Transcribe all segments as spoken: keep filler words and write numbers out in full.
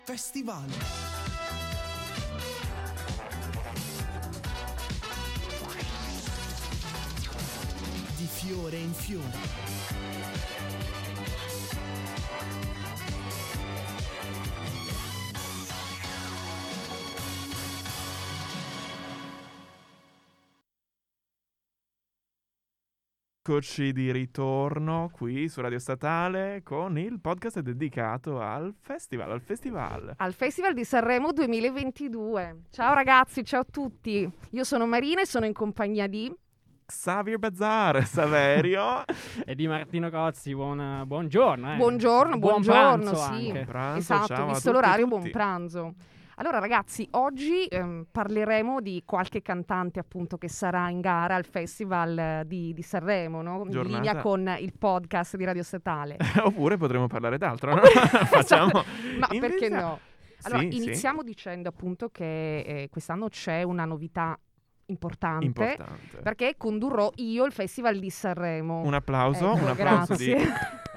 Festival. Di fiore in fiore. Eccoci di ritorno qui su Radio Statale con il podcast dedicato al festival, al festival. Al Festival di Sanremo duemilaventidue. Ciao ragazzi, ciao a tutti. Io sono Marina e sono in compagnia di... Xavier Bazzar, Saverio e di Martino Cozzi. Buona, buongiorno. Eh. Buongiorno, buon buongiorno, pranzo sì. anche. Buon pranzo, esatto, ciao a visto tutti, l'orario, tutti. buon pranzo. Allora ragazzi, oggi ehm, parleremo di qualche cantante appunto che sarà in gara al Festival eh, di, di Sanremo, no? In Giornata. linea con il podcast di Radio Statale. Oppure potremo parlare d'altro, no? Facciamo... Ma Invece- perché no? Allora, Sì, sì. iniziamo dicendo appunto che eh, quest'anno c'è una novità importante, Importante. perché condurrò io il Festival di Sanremo. Un applauso, Ecco, un applauso di grazie.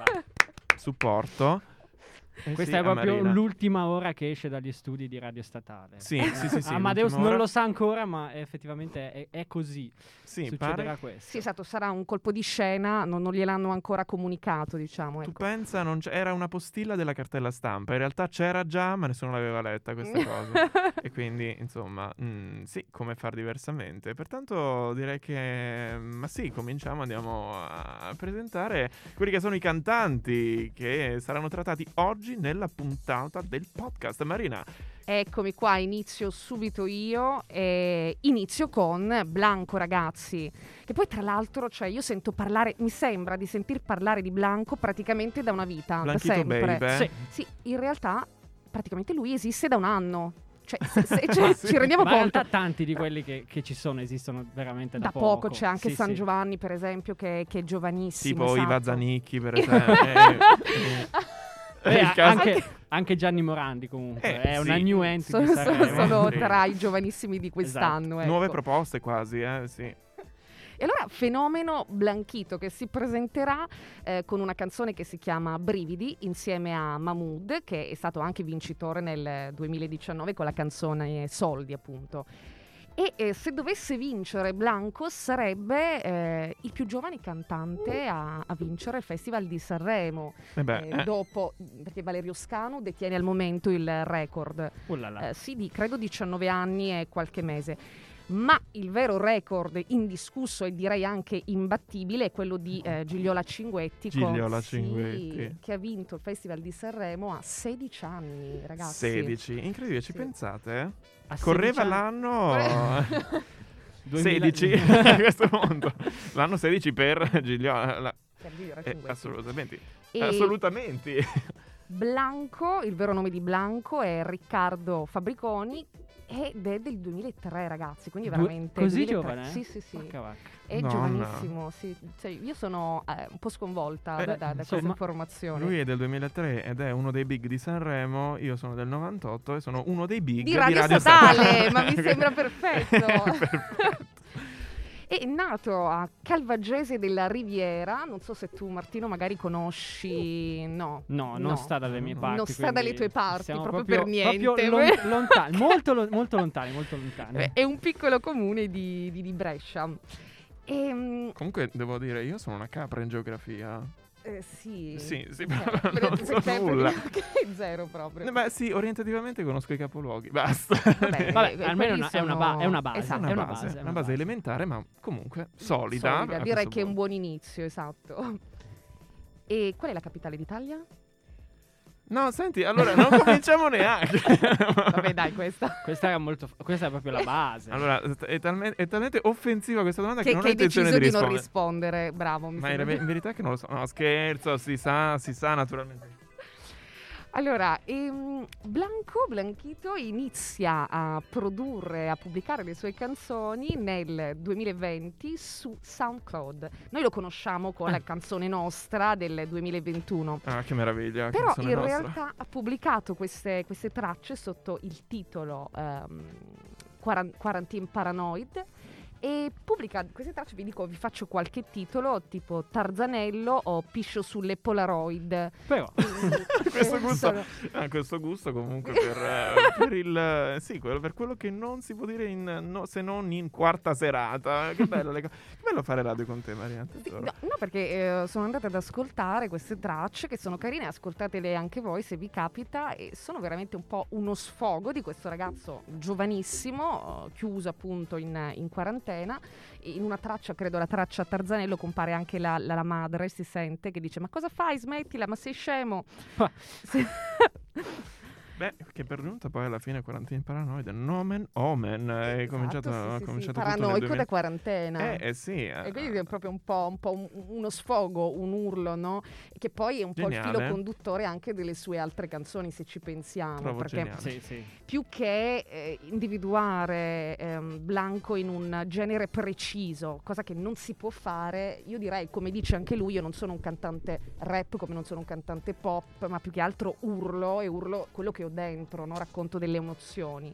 supporto. Eh Questa sì, è a proprio Marina. l'ultima ora che esce dagli studi di Radio Statale. Sì, sì, sì, sì, Amadeus l'ultima non ora. lo sa ancora, ma effettivamente è, è così. Sì, Succederà pare... questo. Sì, esatto, sarà un colpo di scena, non, non gliel'hanno ancora comunicato, diciamo. Tu Ecco. pensa, non c'è- era una postilla della cartella stampa, in realtà c'era già, ma nessuno l'aveva letta questa cosa. E quindi, insomma, mm, sì, come far diversamente. Pertanto direi che, ma sì, cominciamo, andiamo a presentare quelli che sono i cantanti che saranno trattati oggi nella puntata del podcast. Marina, Eccomi qua, inizio subito io, e inizio con Blanco, ragazzi, che poi tra l'altro, cioè io sento parlare, mi sembra di sentir parlare di Blanco praticamente da una vita, Blanchito da sempre. Baby, eh? Sì. Sì, in realtà praticamente lui esiste da un anno, cioè, se- se- cioè, ci rendiamo Ma in conto. realtà tanti di quelli che, che ci sono esistono veramente da, Da poco, c'è anche Sì, San sì. Giovanni, per esempio, che, che è giovanissimo. tipo esatto. Iva Zanicchi, per esempio. Eh, Beh, è il caso- anche, anche Gianni Morandi comunque Eh, è una sì. new entity Sono, di sono- Sanremo. sono Sì. tra i giovanissimi di quest'anno. ecco. Nuove proposte quasi, eh, sì. E allora fenomeno Blanchito che si presenterà eh, con una canzone che si chiama Brividi insieme a Mahmood, che è stato anche vincitore nel duemiladiciannove con la canzone Soldi, appunto. E eh, se dovesse vincere Blanco sarebbe eh, il più giovane cantante a, a vincere il Festival di Sanremo, Eh beh, eh, eh. dopo, perché Valerio Scanu detiene al momento il record. Oh là là. Eh, sì, di credo diciannove anni e qualche mese. Ma il vero record indiscusso e direi anche imbattibile è quello di eh, Gigliola Cinguetti, con- Gigliola sì, Cinguetti. che ha vinto il Festival di Sanremo a sedici anni, ragazzi. sedici, incredibile, ci Sì. pensate? eh? A Correva sedici anni- l'anno duemila sedici a questo punto. L'anno sedici per Gigliola. la- Per Gigliola eh, Cinguetti. assolutamente. E Assolutamente. Blanco, il vero nome di Blanco è Riccardo Fabbriconi ed è del duemilatré, ragazzi, quindi Due- veramente così duemilatré. giovane? Sì, sì, sì. Porca vacca. È Donna. giovanissimo, sì. Cioè, io sono eh, un po' sconvolta Eh, da, da- da questa insomma, informazione. Lui è del duemilatré ed è uno dei big di Sanremo. Io sono del novantotto e sono uno dei big Di Radio Statale, ma mi sembra perfetto. Perfetto. È nato a Calvagese della Riviera, non so se tu Martino magari conosci, no. No, non sta dalle mie Non parti. sta dalle quindi tue parti, siamo proprio per niente. Proprio lon- lontani, molto, lo- molto lontani, molto lontani. Eh, È un piccolo comune di, di- di Brescia. E, Comunque devo dire, io sono una capra in geografia. eh, sì. Sì, sì, Eh, però per- non per so te- nulla. perché zero proprio. Eh, Beh, sì, orientativamente conosco i capoluoghi. Basta. Vabbè, Vabbè, eh, almeno quelli una- è una ba- sono- è una base, Esatto. una, è una base, base, è una una base base. elementare, ma comunque solida. Solida, a direi questo che è un punto. buon inizio, esatto. E qual è la capitale d'Italia? No, senti, allora non cominciamo neanche. Vabbè, dai, questa. Questa era molto, questa è proprio la base. Allora, è, talme- è talmente offensiva questa domanda che, Che, non che ho hai intenzione deciso di di non rispondere. rispondere, bravo. Mi Ma sembra in, di- in verità che non lo so. No, scherzo, si sa, si sa naturalmente. Allora, ehm, Blanco, Blanchito inizia a produrre, a pubblicare le sue canzoni nel duemilaventi su SoundCloud. Noi lo conosciamo con la Eh. canzone nostra del duemilaventuno. Ah, che meraviglia. Però canzone in nostra. realtà ha pubblicato queste, queste tracce sotto il titolo ehm, Quaran- Quarantine Paranoid e pubblica queste tracce, vi dico, vi faccio qualche titolo, tipo Tarzanello o Piscio sulle Polaroid. Però questo, gusto, sono... ah, questo gusto comunque per, eh, per il sì, quello, per quello che non si può dire in, no, se non in quarta serata. Che bello, le co- che bello fare radio con te, Maria. Sì, no, no, perché eh, sono andata ad ascoltare queste tracce che sono carine, ascoltatele anche voi se vi capita, e sono veramente un po' uno sfogo di questo ragazzo giovanissimo, eh, chiuso appunto in, in quarantena. In una traccia, credo la traccia Tarzanello, compare anche la, la, la madre, si sente che dice: ma cosa fai, smettila, ma sei scemo. Sì. Beh, che per giunta poi alla fine quarantena paranoide, nomen omen, è Esatto, cominciato, sì, sì, è sì, cominciato tutto nel paranoico duemila da quarantena. Eh, eh sì. E quindi è proprio un po', un po' un- uno sfogo, un urlo, no? Che poi è un po' il Geniale. filo conduttore anche delle sue altre canzoni, se ci pensiamo. Trovo perché geniale. sì, sì. più che eh, individuare ehm, Blanco in un genere preciso, cosa che non si può fare, io direi, come dice anche lui, io non sono un cantante rap, come non sono un cantante pop, ma più che altro urlo, e urlo quello che ho dentro, no? Racconto delle emozioni.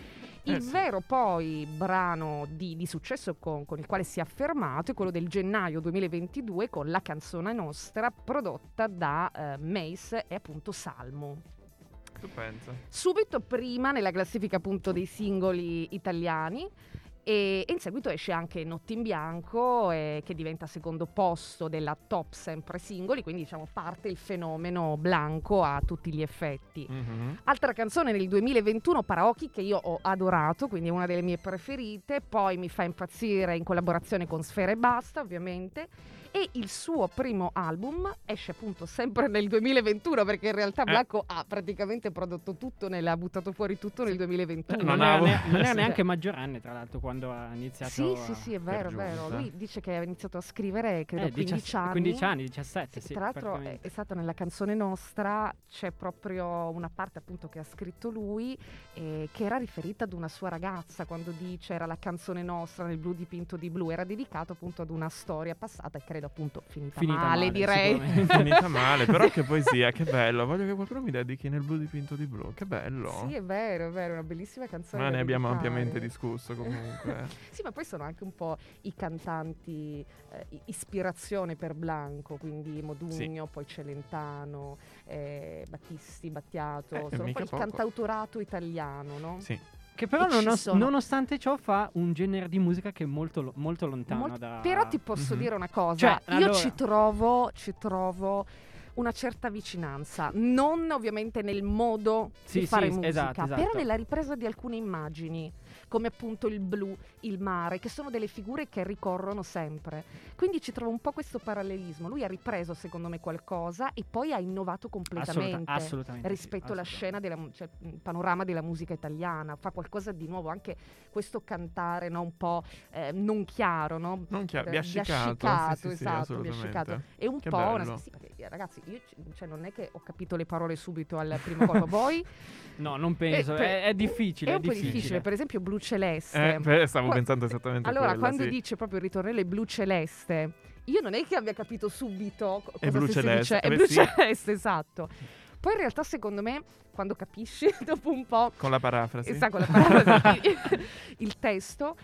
Il Eh sì. vero poi brano di, di successo con, con il quale si è affermato è quello del gennaio duemilaventidue con La canzone nostra, prodotta da eh, Mace e appunto Salmo. Tu pensa? Subito prima nella classifica appunto dei singoli italiani, e, e in seguito esce anche Notte in bianco, eh, che diventa secondo posto della top sempre singoli, quindi diciamo parte il fenomeno Blanco a tutti gli effetti. Mhm. Altra canzone nel duemilaventuno, Paraocchi, che io ho adorato, quindi è una delle mie preferite. Poi mi fa impazzire in collaborazione con Sfera e Basta, ovviamente. E il suo primo album esce appunto sempre nel duemilaventuno, perché in realtà Eh. Blanco ha praticamente prodotto tutto, nel, ha buttato fuori tutto nel duemilaventuno. non Non, era, avevo- ne- non era sì. neanche maggiorenne, tra l'altro, quando ha iniziato. Sì, a... sì, sì, è vero, è per vero. giunta. Lui dice che ha iniziato a scrivere, credo, Eh, quindici diciass- anni. quindici anni, diciassette, Sì, sì. tra l'altro è, praticamente. è stata nella canzone nostra, c'è proprio una parte appunto che ha scritto lui, eh, che era riferita ad una sua ragazza, quando dice era la canzone nostra nel blu dipinto di blu, era dedicato appunto ad una storia passata e credo appunto finita, Finita male, male, direi. sicuramente. Finita male, però che poesia, che bello. Voglio che qualcuno mi dedichi nel blu dipinto di blu. Che bello. Sì, è vero, è vero, una bellissima canzone. Ma da ne abbiamo dedicare. ampiamente discusso comunque. Sì, ma poi sono anche un po' i cantanti eh, i- ispirazione per Blanco, quindi Modugno, poi Celentano, eh, Battisti, Battiato, Eh, sono un po' mica il poco. cantautorato italiano, no? Sì. Che però E ci nonos- sono. nonostante ciò fa un genere di musica che è molto, lo- molto lontano Molt- da... Però ti posso Mhm. dire una cosa, Cioè, io allora- ci trovo, ci trovo una certa vicinanza, non ovviamente nel modo Sì, di fare sì, musica, esatto, esatto. però nella ripresa di alcune immagini, come appunto il blu, il mare, che sono delle figure che ricorrono sempre. Quindi ci trovo un po' questo parallelismo. Lui ha ripreso secondo me qualcosa e poi ha innovato completamente Assoluta- assolutamente sì, rispetto alla assolutamente. scena della mu- cioè, il panorama della musica italiana, fa qualcosa di nuovo, anche questo cantare, no, un po' eh, non chiaro, no? Non chiaro, Eh, biascicato, biascicato, sì, sì, sì, esatto, assolutamente. biascicato. E un Che po' una, bello. sì, perché, eh, ragazzi, io c- cioè, non è che ho capito le parole subito al primo colpo. Voi No, non penso, Eh, per- è, è difficile. è un po' difficile. difficile. Per esempio, Blu Celeste. Eh, beh, stavo Qua- pensando esattamente Allora, a quella, quando sì. dice proprio il ritornello è Blu Celeste, io non è che abbia capito subito co- È cosa blu si- si celeste, dice. eh È beh, Blu sì. Celeste, esatto. Poi in realtà, secondo me, quando capisci dopo un po', Con la parafrasi. e sa con la parola il, il testo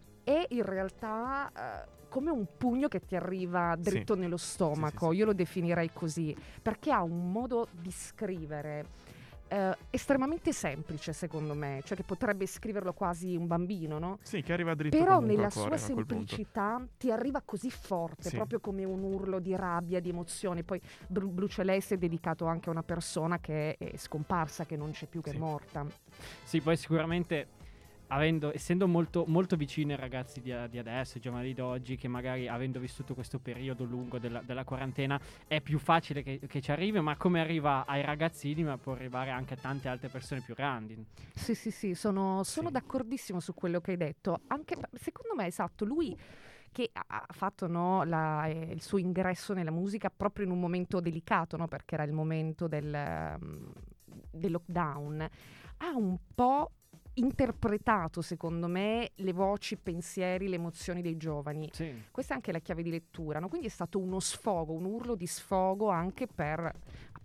è in realtà eh, come un pugno che ti arriva dritto nello stomaco. Sì, sì, sì. Io lo definirei così, perché ha un modo di scrivere eh, estremamente semplice, secondo me, cioè che potrebbe scriverlo quasi un bambino, no? Sì, che arriva dritto Però comunque nella al cuore, sua a quel punto. semplicità ti arriva così forte, Sì. proprio come un urlo di rabbia, di emozione. Poi Blu, Blu Celeste è dedicato anche a una persona che è scomparsa, che non c'è più, che Sì. è morta. Sì, poi sicuramente avendo, essendo molto, molto vicini ai ragazzi di, di adesso, ai giovani di oggi, che magari avendo vissuto questo periodo lungo della, della quarantena è più facile che, che ci arrivi, ma come arriva ai ragazzini, ma può arrivare anche a tante altre persone più grandi. Sì, sì, sì, sono, sono Sì. d'accordissimo su quello che hai detto. Anche per- secondo me, esatto, lui che ha ha fatto no, la- eh, il suo ingresso nella musica proprio in un momento delicato, no, perché era il momento del, ehm, del lockdown, ha un po' interpretato, secondo me, le voci, i pensieri, le emozioni dei giovani. Sì. Questa è anche la chiave di lettura, no? Quindi è stato uno sfogo, un urlo di sfogo anche per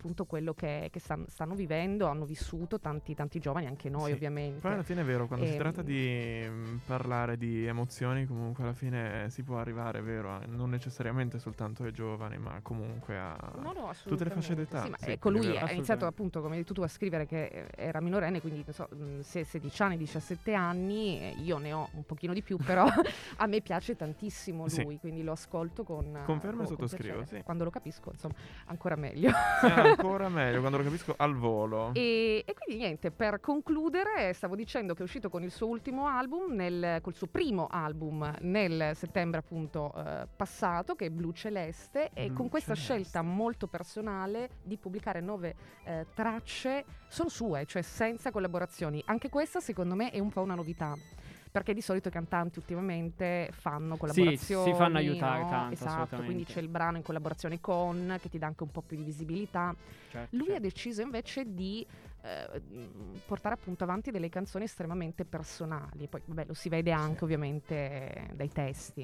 appunto quello che, che stan- stanno vivendo, hanno vissuto tanti, tanti giovani, anche noi Sì. ovviamente. Poi alla fine è vero, quando si Ehm, tratta di mm, parlare di emozioni, comunque alla fine si può arrivare, è vero, a- non necessariamente soltanto ai giovani, ma comunque a No, no, tutte le fasce assolutamente. d'età. Sì, ma Sì, ecco, quindi lui è vero. ha iniziato Assolutamente. appunto, come hai detto tu, a scrivere che eh, era minorenne, quindi non so, mh, se sedici anni, diciassette anni, eh, io ne ho un pochino di più, però a me piace tantissimo Sì. lui, quindi lo ascolto con Confermo e con- con sottoscrivo, piacere. sì. Quando lo capisco, insomma, ancora meglio. Sì, ancora meglio quando lo capisco al volo. E, e quindi niente, per concludere, stavo dicendo che è uscito con il suo ultimo album, nel, col suo primo album nel settembre appunto eh, passato, che è Blu Celeste, e Blu con questa Celeste. scelta molto personale di pubblicare nove eh, tracce solo sue, cioè senza collaborazioni. Anche questa secondo me è un po' una novità. Perché di solito i cantanti ultimamente fanno collaborazioni. si fanno aiutare no? tanto, Esatto, assolutamente. quindi c'è il brano in collaborazione con, che ti dà anche un po' più di visibilità. Certo, Lui certo. ha deciso invece di eh, mh, portare appunto avanti delle canzoni estremamente personali. Poi, vabbè, lo si vede anche ovviamente eh, dai testi.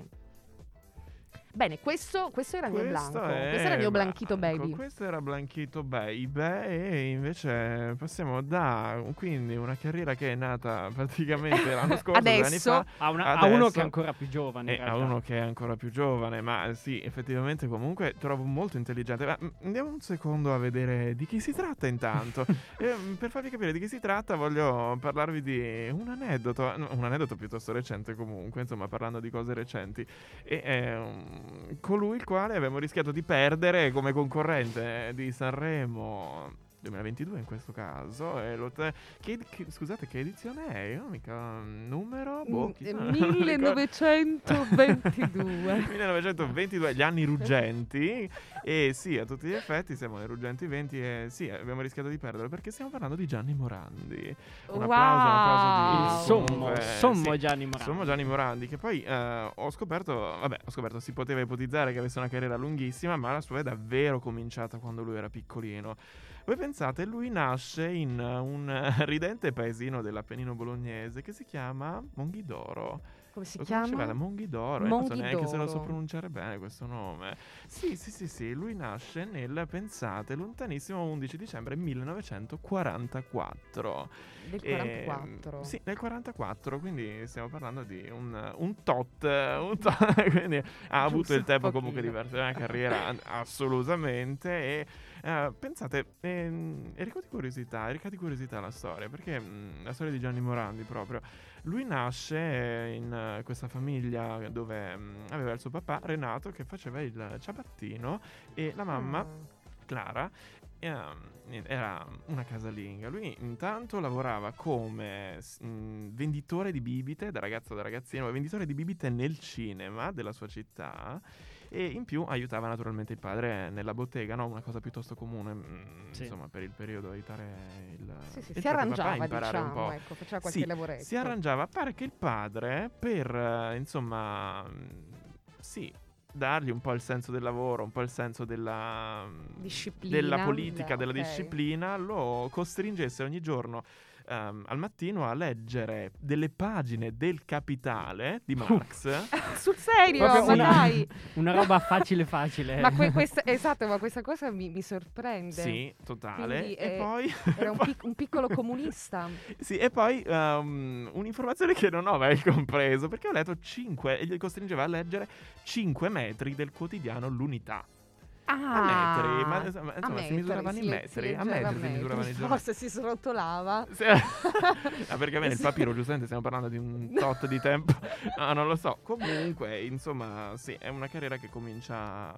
Bene, questo, questo era il mio blanco. è Questo era il mio blanchito Blanco, baby. Questo era Blanchito Baby. E invece passiamo da quindi una carriera che è nata praticamente l'anno scorso, due anni Adesso fa, A, una- a uno adesso- che è ancora più giovane. in e a realtà. uno che è ancora più giovane. Ma sì, effettivamente comunque trovo molto intelligente. Ma mm, andiamo un secondo a vedere di chi si tratta intanto. E, mm, per farvi capire di chi si tratta voglio parlarvi di un aneddoto, no, un aneddoto piuttosto recente comunque, insomma parlando di cose recenti. E è um, colui il quale abbiamo rischiato di perdere come concorrente di Sanremo duemilaventidue in questo caso. E lo te- che, che- scusate, che edizione è? Io mica un numero? Boh, Mm, chissà, eh, non ricordo. millenovecentoventidue. millenovecentoventidue, gli anni ruggenti. E sì, a tutti gli effetti siamo nei ruggenti venti. E sì, abbiamo rischiato di perderlo perché stiamo parlando di Gianni Morandi. Un applauso, un applauso Il di sommo, comunque, sommo sì, Gianni Morandi. Sommo Gianni Morandi, che poi eh, ho scoperto, vabbè, ho scoperto, si poteva ipotizzare che avesse una carriera lunghissima, ma la sua è davvero cominciata quando lui era piccolino. Voi pensate, lui nasce in uh, un uh, ridente paesino dell'Appennino bolognese che si chiama Monghidoro. Come si Lo chiama? conoscevate? Monghidoro, eh, non so neanche se lo so Monghidoro. pronunciare bene questo nome. Sì, sì, sì, sì, lui nasce nel, pensate, lontanissimo undici dicembre millenovecentoquarantaquattro. Del E, quarantaquattro. sì, nel quarantaquattro, quindi stiamo parlando di un, un tot, un tot quindi ha avuto Giusto il tempo un comunque di pochino. partire una carriera assolutamente. E eh, pensate, ehm, è ricca di curiosità, è ricca di curiosità la storia, perché mh, la storia di Gianni Morandi proprio. Lui nasce eh, in eh, questa famiglia dove mh, aveva il suo papà Renato che faceva il ciabattino e la mamma Ah. Clara ehm, era una casalinga. Lui intanto lavorava come s- mh, venditore di bibite, da ragazzo da ragazzino, ma venditore di bibite nel cinema della sua città. E in più aiutava naturalmente il padre nella bottega, no? Una cosa piuttosto comune, mh, Sì. insomma, per il periodo aiutare il, Sì, sì, il si proprio papà a arrangiava, imparare un po'. diciamo, ecco, faceva qualche Sì, lavoretto. si arrangiava. Pare che il padre, per eh, insomma, mh, sì, dargli un po' il senso del lavoro, un po' il senso della, mh, Disciplina, della politica, da- della ok. disciplina, lo costringesse ogni giorno ehm, al mattino a leggere delle pagine del Capitale di Marx. Sul serio, Proprio ma una- dai. Una roba facile facile. Ma que- questa, esatto, ma questa cosa mi, mi sorprende. Sì, totale. Quindi, e eh, poi, Era un, pic- un piccolo comunista. sì, e poi ehm, un'informazione che non ho mai compreso, perché ho letto cinque e gli costringeva a leggere cinque metri del quotidiano L'Unità. Ah, A metri, ma, a insomma, si metri, misuravano si in le- metri, si a leggeva metri si metri, misuravano i giorni. forse si srotolava. Sì. Ah, perché bene, il papiro, giustamente stiamo parlando di un tot di tempo. No, non lo so. Comunque, insomma, sì, è una carriera che comincia.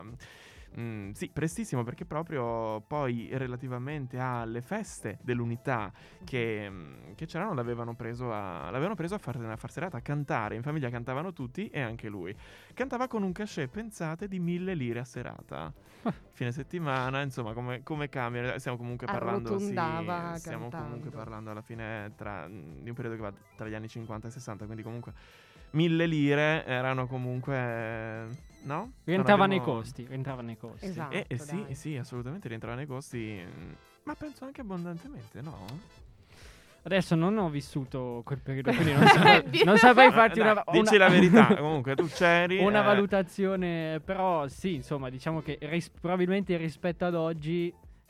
mm, sì, prestissimo, perché proprio poi relativamente alle feste dell'Unità che, mm, che c'erano l'avevano preso a, l'avevano preso a far, a far serata, a cantare. In famiglia cantavano tutti e anche lui. Cantava con un cachet, pensate, di mille lire a serata. Fine settimana, insomma, come, come cambia? Stiamo comunque parlando, sì, Arrotondava stiamo comunque cantando. parlando alla fine tra, di un periodo che va tra gli anni cinquanta e sessanta, quindi comunque mille lire erano comunque, no? Rientrava Non nei abbiamo- costi, rientrava nei costi. Esatto. Eh, eh sì, dai. sì, assolutamente rientrava nei costi, mm, ma penso anche abbondantemente, no? Adesso non ho vissuto quel periodo, quindi non, so- non saprei farti Eh, una, dai, una- dici la verità, comunque tu c'eri. una eh, valutazione, però sì, insomma, diciamo che ris- probabilmente rispetto ad oggi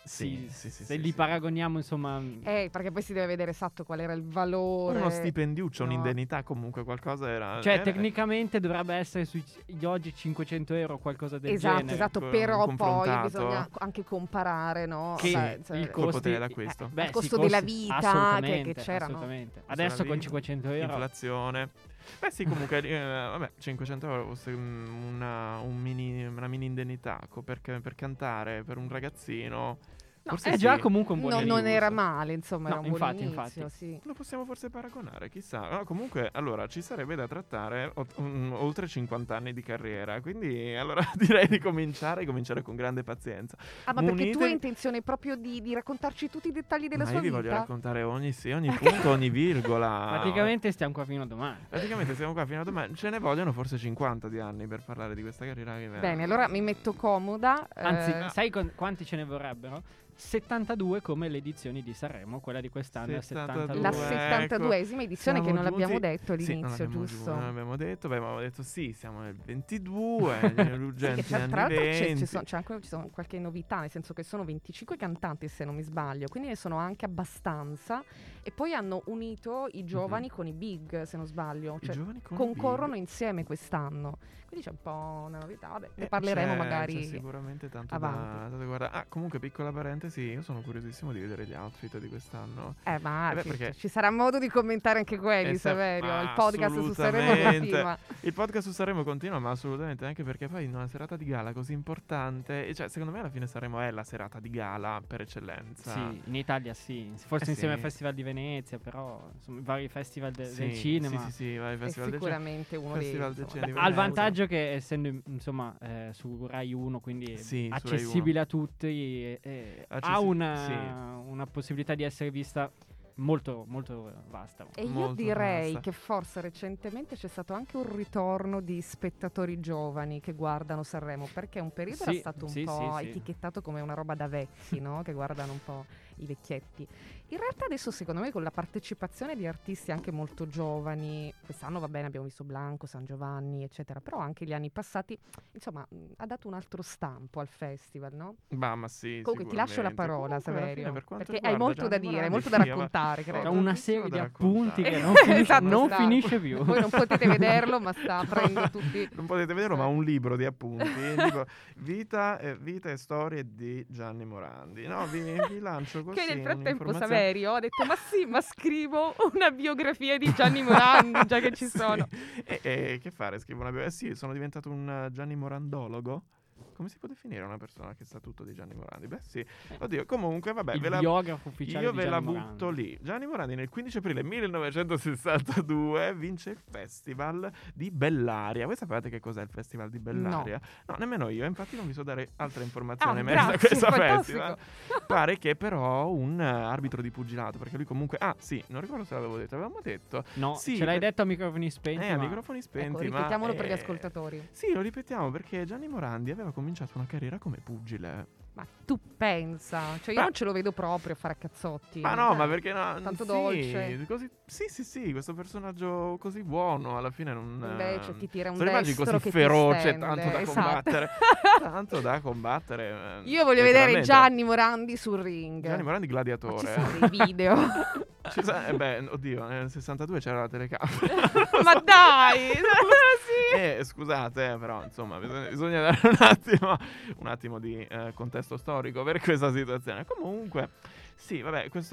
Sì, Sì, sì, sì, se sì, li sì. paragoniamo, insomma, Eh, perché poi si deve vedere esatto qual era il valore. Uno stipendiuccio, no. un'indennità, comunque qualcosa era... cioè era- tecnicamente dovrebbe essere sugli oggi cinquecento euro o qualcosa del Esatto, genere. esatto, co- però poi confrontato. bisogna anche comparare, no? Che Sai, cioè, il col costi- potere d'acquisto. eh, il beh, sì, costo costi- della vita che- assolutamente, che c'era, no? assolutamente. Costo Adesso della con vita, cinquecento euro Inflazione. Beh sì, comunque, eh, vabbè, cinquecento euro fosse un- una, un mini, una mini indennità co- perché per cantare per un ragazzino. No, forse è sì. già comunque un buon no, non inizio. era male, insomma, No, era un buon infatti, inizio, infatti. sì. Lo possiamo forse paragonare, chissà. No, comunque, allora, ci sarebbe da trattare ot- un- oltre cinquanta anni di carriera, quindi allora direi di cominciare, cominciare con grande pazienza. Ah, ma perché tu Munitevi- hai intenzione proprio di, di raccontarci tutti i dettagli della Ma sua io vi vita? voglio raccontare ogni, sì, ogni punto, ogni virgola. Praticamente stiamo qua fino a domani. Praticamente siamo qua fino a domani. Ce ne vogliono forse cinquanta di anni per parlare di questa carriera. Che Bene, allora mi metto comoda. Anzi, eh, sai con- quanti ce ne vorrebbero? settantadue come le edizioni di Sanremo, quella di quest'anno è settantadue. la ecco. settantaduesima edizione che Siamo non l'abbiamo giunti- detto Sì, non all'inizio, abbiamo giusto? giu- non abbiamo detto, beh, avevamo detto sì, siamo nel ventidue, Sì, che l'urgente tra, anni tra l'altro c'è, venti. ci sono, c'è anche ci sono qualche novità, nel senso che sono venticinque cantanti se non mi sbaglio, quindi ne sono anche abbastanza e poi hanno unito i giovani con i big se non sbaglio, I cioè giovani con i concorrono big. insieme quest'anno, quindi c'è un po' una novità, vabbè, ne Eh, parleremo c'è- magari c'è sicuramente tanto avanti. da, da guardare. Ah, comunque, piccola parentesi, io sono curiosissimo di vedere gli outfit di quest'anno. Eh, ma Eh beh, ci, perché- ci sarà modo di commentare anche quelli, Eh, sa- Saverio. ma Il podcast su Sanremo assolutamente. continua. Il podcast su Sanremo continua, ma assolutamente anche perché poi in una serata di gala così importante, e cioè secondo me alla fine Sanremo è la serata di gala per eccellenza. Sì, in Italia sì, forse Eh, insieme sì. al Festival di Venezia, però insomma, i vari festival de- Sì, del cinema. Sì, sì, sì, vai al È Festival del Cinema. sicuramente uno dei Festival del insomma, Cinema di Ha il Venezia. vantaggio che essendo insomma eh, su Rai uno, quindi Sì, su Rai accessibile a tutti, eh, eh, ha Accessi- una, sì. una possibilità di essere vista molto molto vasta. E io Molto direi bassa. che forse recentemente c'è stato anche un ritorno di spettatori giovani che guardano Sanremo, perché un periodo era Sì, stato un sì, po' sì, sì. etichettato come una roba da vecchi, no? Che guardano un po' i vecchietti. In realtà adesso secondo me con la partecipazione di artisti anche molto giovani, quest'anno va bene abbiamo visto Blanco, San Giovanni eccetera, però anche gli anni passati, insomma, mh, ha dato un altro stampo al festival, no? Bah, ma sì, Comunque ti lascio la sicuramente. parola, Comunque, alla Saverio, fine, per quanto perché hai riguarda molto da Gianni dire, hai Morandi, molto da sì, raccontare, ho credo. C'è una tantissimo serie di da appunti che raccontare. non, finisce, Esatto, non sta- finisce più. Voi non potete vederlo, ma sta aprendo tutti. Non potete vederlo, Sì. ma un libro di appunti. il libro vita, e, vita e storie di Gianni Morandi. No, vi, vi lancio così. Che nel frattempo un'informazione- Saverio ha detto ma sì, ma scrivo una biografia di Gianni Morandi, già che ci Sì. sono. E, e che fare? Scrivo una biografia. Eh sì, sono diventato un eh, Gianni Morandologo. Come si può definire una persona che sa tutto di Gianni Morandi? Beh sì, oddio, comunque vabbè, Il ve la, biografo ufficiale io di ve la Gianni butto Morandi. lì. Gianni Morandi nel quindici aprile millenovecentosessantadue vince il Festival di Bellaria. Voi sapete che cos'è il Festival di Bellaria? No, nemmeno io, infatti non vi so dare altre informazioni Ah, in merito a grazie, questo fantastico. festival. Pare che però un eh, arbitro di pugilato, perché lui comunque... Ah sì, non ricordo se l'avevo detto, avevamo detto... No, Sì, ce l'hai per- detto a microfoni spenti. Eh, a ma- microfoni spenti, Ecco, ma... ripetiamolo per gli eh, ascoltatori. Sì, lo ripetiamo perché Gianni Morandi aveva cominciato una carriera come pugile. Ma tu pensa, cioè io Ma- non ce lo vedo proprio a fare cazzotti. Ma no, Cioè, ma perché no? tanto sì, dolce. Così, sì, sì, sì, questo personaggio così buono alla fine non... Invece eh, ti tira un se lo immagini destro così che ti feroce, stende, tanto da esatto. combattere. Tanto da combattere. eh, Io voglio vedere letteralmente. Gianni Morandi sul ring. Gianni Morandi Ma gladiatore. ci sono dei video. Ci sa- eh beh, oddio, nel sessantadue c'era la telecamera. Ma dai! sì. Eh, scusate, eh, però insomma bisogna, bisogna dare un attimo, un attimo di eh, contesto storico per questa situazione. Comunque, sì, vabbè, questo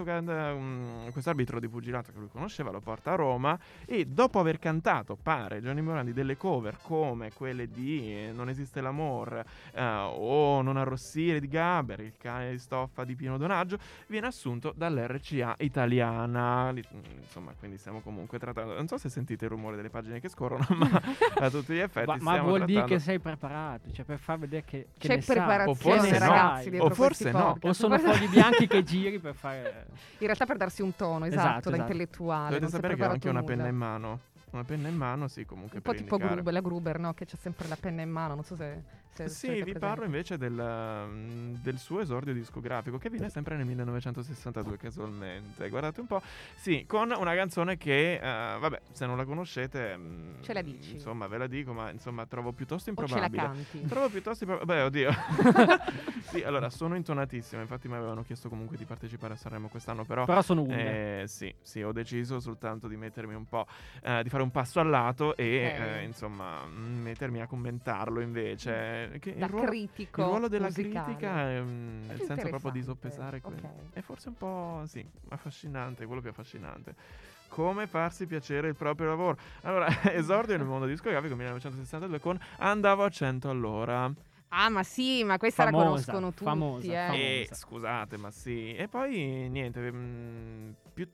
um, arbitro di pugilato che lui conosceva lo porta a Roma e dopo aver cantato, pare, Gianni Morandi delle cover come quelle di eh, Non esiste l'amor eh, o Non arrossire di Gaber, Il cane di stoffa di Pino Donaggio, viene assunto dall'R C A italiana. Li- Insomma, quindi stiamo comunque trattando. Non so se sentite il rumore delle pagine che scorrono, ma a tutti gli effetti Ma, ma stiamo vuol dire trattando- che sei preparato, cioè per far vedere che, che C'è ne sai. preparazione, O forse no. ragazzi, O dietro forse questi no. podcast. O sono Forse- fogli bianchi che giri per fare... In realtà per darsi un tono, esatto, Esatto, da esatto. intellettuale. Dovete non si è sapere che ho anche preparato una penna nulla. in mano. Una penna in mano, sì, comunque Un po' per tipo indicare. Gruber, la Gruber, no? Che c'ha sempre la penna in mano, non so se, Se- se Sì, avete vi presente. parlo invece del, mm, del suo esordio discografico, che viene sempre nel millenovecentosessantadue casualmente. Guardate un po'. Sì, con una canzone che, eh, vabbè, se non la conoscete, mm, Ce la dici? Insomma, ve la dico, ma insomma, trovo piuttosto O ce la improbabile. canti? Trovo piuttosto improbabile. Beh, oddio. Sì, allora, sono intonatissimo. Infatti mi avevano chiesto comunque di partecipare a Sanremo quest'anno, però... Però sono umile. Eh, sì, sì, ho deciso soltanto di mettermi un po', eh, di fare un passo al lato e, Ok. eh, insomma, mm, mettermi a commentarlo invece. Che Da il, ruolo, critico il ruolo della musicale. critica è mm, nel senso proprio di Interessante, soppesare que- ok. è forse un po', sì, affascinante, quello più affascinante. Come farsi piacere il proprio lavoro. Allora, esordio nel mondo discografico millenovecentosessantadue con Andavo a cento all'ora. Ah, ma sì, ma questa Famosa, la conoscono tutti. famosa, eh. famosa. E scusate, ma sì. E poi niente, mm,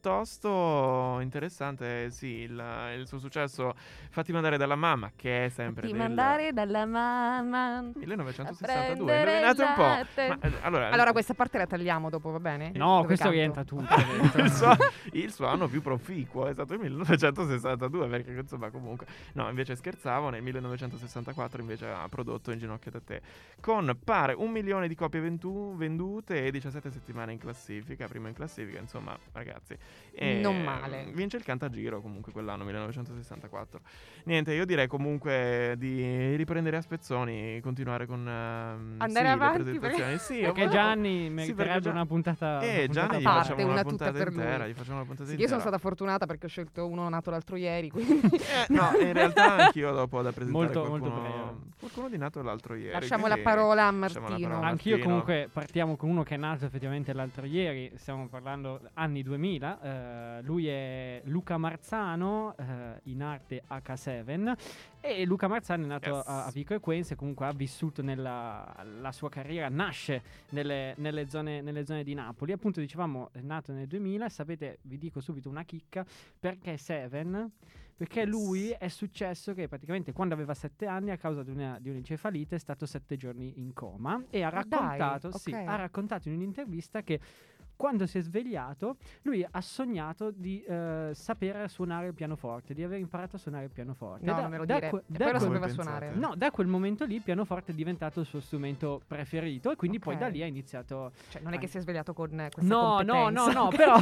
piuttosto interessante, sì, il, il suo successo Fatti mandare dalla mamma, che è sempre Ti del mandare dalla mamma. millenovecentosessantadue. a prendere Indovinate un po'. latte. Ma, eh, allora, Allora, questa parte la tagliamo dopo, va bene? No, Dove questo canto? rientra tutto. il, suo, il suo anno più proficuo è stato il millenovecentosessantadue, perché insomma comunque no, invece scherzavo, nel millenovecentosessantaquattro invece ha prodotto In ginocchio da te, con pare un milione di copie ventu- vendute e diciassette settimane in classifica, primo in classifica, insomma ragazzi, e, Non male. vince il Cantagiro comunque quell'anno millenovecentosessantaquattro. Niente, io direi comunque di riprendere a spezzoni, continuare con ehm, Andare sì, avanti, le presentazioni, sì, Perché ho- Gianni sì, meriterebbe perché Gia- una puntata. eh, una puntata Gianni gli a parte, facciamo una, una tutta puntata per lui. intera, gli facciamo una puntata Sì, io intera. sono stata fortunata perché ho scelto uno nato l'altro ieri, quindi Eh, no, in realtà anch'io dopo da presentare Molto- molto qualcuno, breve. qualcuno di nato l'altro ieri. lasciamo la quindi parola a lasciamo la Martino. parola a Anch'io Martino. comunque partiamo con uno che è nato effettivamente l'altro ieri, stiamo parlando anni duemila, eh, lui è Luca Marzano, eh, in arte acca sette, e Luca Marzano è nato Yes. a, a Vico Equense, comunque ha vissuto nella la sua carriera, nasce nelle, nelle zone, nelle zone di Napoli, appunto dicevamo è nato nel duemila, sapete, vi dico subito una chicca, perché Seven? Perché lui è successo che praticamente quando aveva sette anni a causa di, una, di un'encefalite è stato sette giorni in coma e ha Ma dai, raccontato, sì, ok. ha raccontato in un'intervista che quando si è svegliato lui ha sognato di eh, sapere suonare il pianoforte, di aver imparato a suonare il pianoforte. No, E non me lo da dire. que- E da poi lo quel- Come sapeva pensate? suonare. No, da quel momento lì il pianoforte è diventato il suo strumento preferito e quindi poi Ok. da lì ha iniziato. Cioè, non è che si è svegliato con eh, questa No, no, no, competenza. no, però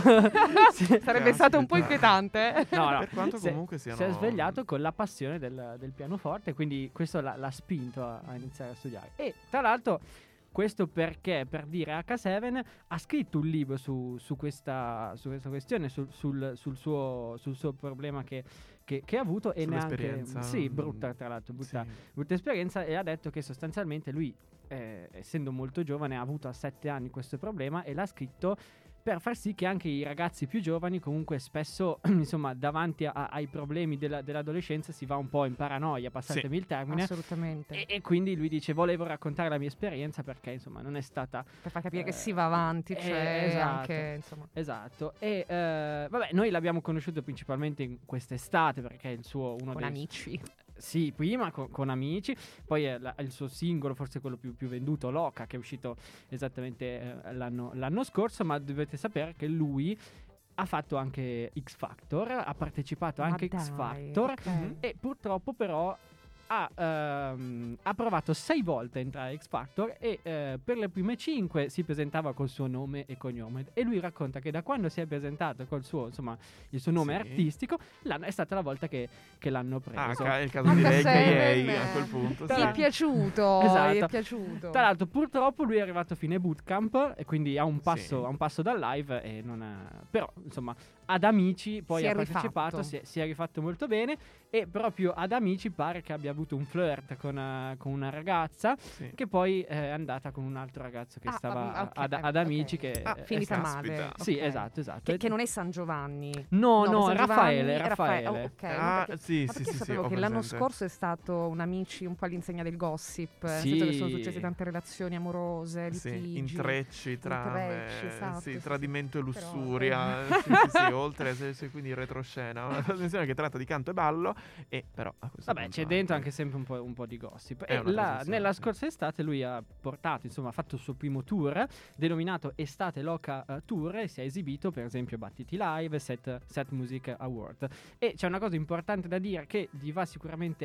sì. Sarebbe stato un po' Caspita. inquietante. eh. No, no, Per quanto si è- comunque siano- si è svegliato con la passione del, del pianoforte, quindi questo l'ha, l'ha spinto a, a iniziare a studiare. E tra l'altro, questo perché, per dire, acca sette ha scritto un libro su, su, questa, su questa questione, sul, sul, sul suo, sul suo problema che, che, che ha avuto e neanche... Sull'esperienza. Sì, brutta tra l'altro, brutta, Sì. brutta esperienza, e ha detto che sostanzialmente lui, eh, essendo molto giovane, ha avuto a sette anni questo problema e l'ha scritto per far sì che anche i ragazzi più giovani comunque spesso, insomma, davanti a- ai problemi della- dell'adolescenza si va un po' in paranoia, passatemi il termine. Assolutamente. E, e quindi lui dice volevo raccontare la mia esperienza perché insomma non è stata Per far capire che eh, si va avanti, eh, cioè esatto. anche, insomma. esatto. E eh, vabbè, noi l'abbiamo conosciuto principalmente in quest'estate perché è il suo uno Con dei amici. sì, prima con, con amici, poi è la- il suo singolo, forse quello più, più venduto, Loca, che è uscito esattamente eh, l'anno, l'anno scorso, ma dovete sapere che lui ha fatto anche X Factor, ha partecipato Ma anche a X dai, Factor ok. e purtroppo però ha, ehm, ha provato sei volte a entrare a X Factor e eh, per le prime cinque si presentava col suo nome e cognome e lui racconta che da quando si è presentato col suo, insomma, il suo nome Sì. artistico l'anno- è stata la volta che, che l'hanno preso. Ah, ca- è il caso acca di lei che sette, lei a quel punto. Ti sì. è piaciuto, Esatto. gli è piaciuto. Tra l'altro purtroppo lui è arrivato a fine bootcamp e quindi ha un passo, Sì. ha un passo dal live e non ha... però insomma ad Amici poi Si è ha partecipato, rifatto. si è, si è rifatto molto bene e proprio ad Amici pare che abbia avuto un flirt con, eh, con una ragazza Sì. che poi è andata con un altro ragazzo che Ah, stava ah, ok, ad, ad ok. Amici che Ah, è- finita è- male. caspita. Sì, ok. esatto, esatto. Che, che non è San Giovanni. No, no, San Raffaele, Giovanni, Raffaele. Oh, ok, Ah, perché- sì, ma sì, perché sì, sì, sapevo ho che l'anno presente. scorso è stato un amici un po' all'insegna del gossip, nel Sì. senso che sono successe tante relazioni amorose, Sì, litigi. intrecci, trame, Intrecci, esatto, sì, sì, tradimento e sì. Però, lussuria, sì, sì, sì, oltre, sì, sì, quindi retroscena, una trasmissione che tratta di canto e ballo, e però a questo Vabbè, punto c'è dentro anche sempre un po', un po' di gossip. È E una la- trasmissione, nella sì. scorsa estate lui ha portato, insomma, ha fatto il suo primo tour, denominato Estate Loca eh, Tour, e si è esibito, per esempio, a Battiti Live, Set, Set Music Award. E c'è una cosa importante da dire che gli va sicuramente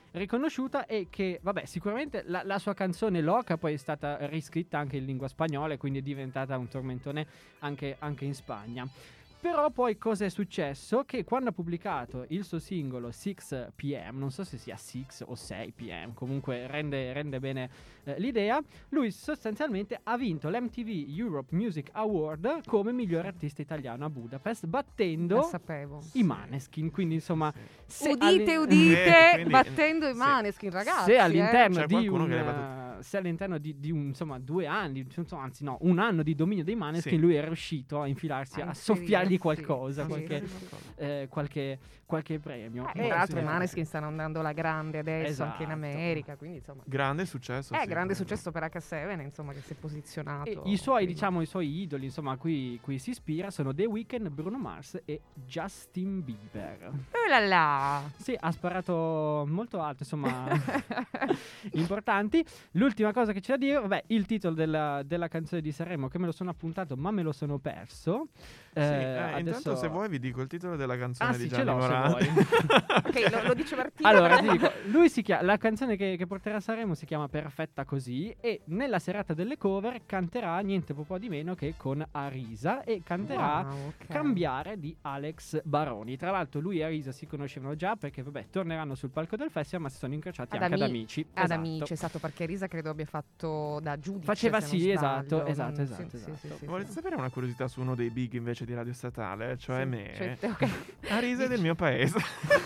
riconosciuta e che, vabbè, sicuramente la, la sua canzone Loca poi è stata riscritta anche in lingua spagnola e quindi è diventata un tormentone anche, anche in Spagna. Però poi cosa è successo? Che quando ha pubblicato il suo singolo sei p m, non so se sia sei o sei p m, comunque rende, rende bene eh, l'idea, lui sostanzialmente ha vinto l'M T V Europe Music Award come miglior artista italiano a Budapest, battendo Lo sapevo. i Maneskin. Quindi insomma, se Udite, all'in- udite, Eh, quindi- battendo i sì. Maneskin, ragazzi. se eh. all'interno C'è di qualcuno un che le ha eh, se all'interno di, di un insomma due anni, insomma, anzi no, un anno di dominio dei Maneskin, Sì. lui è riuscito a infilarsi, A a inserirsi, soffiargli qualcosa, sì, qualche, sì, sì. eh, qualche, qualche premio. Eh, Eh, tra l'altro sì, i Maneskin stanno andando alla grande adesso anche in Esatto. America, quindi insomma Grande successo. è sì, grande quello. successo per H sette, insomma, che si è posizionato. E i suoi, prima. diciamo, i suoi idoli, insomma, a cui, cui si ispira sono The Weeknd, Bruno Mars e Justin Bieber. Oh là là. Sì, ha sparato molto alto, insomma, importanti. L'ultima cosa che c'è da dire, vabbè, il titolo della, della canzone di Sanremo, che me lo sono appuntato, ma me lo sono perso. Sì, Eh, eh, adesso... Intanto se vuoi vi dico il titolo della canzone Ah di sì, ce Gianni l'ho se Morandi. vuoi. Ok, lo, lo dice Martina. Allora, però- ti dico, lui si chiama, la canzone che, che porterà a Sanremo si chiama Perfetta Così e nella serata delle cover canterà niente po' di meno che con Arisa e canterà Wow, ok. Cambiare di Alex Baroni. Tra l'altro lui e Arisa si conoscevano già perché vabbè torneranno sul palco del festival ma si sono incrociati Ad anche ad ami- amici. Ad Esatto. amici, esatto, perché Risa credo abbia fatto da giudice. Faceva se non sì, sbaglio, esatto, esatto, non- esatto, sì, sì, esatto. sì, sì, Volete sì. sapere una curiosità su uno dei big invece di Radio Statale? Cioè Sì, me. cioè te, ok. Arisa è del mio paese.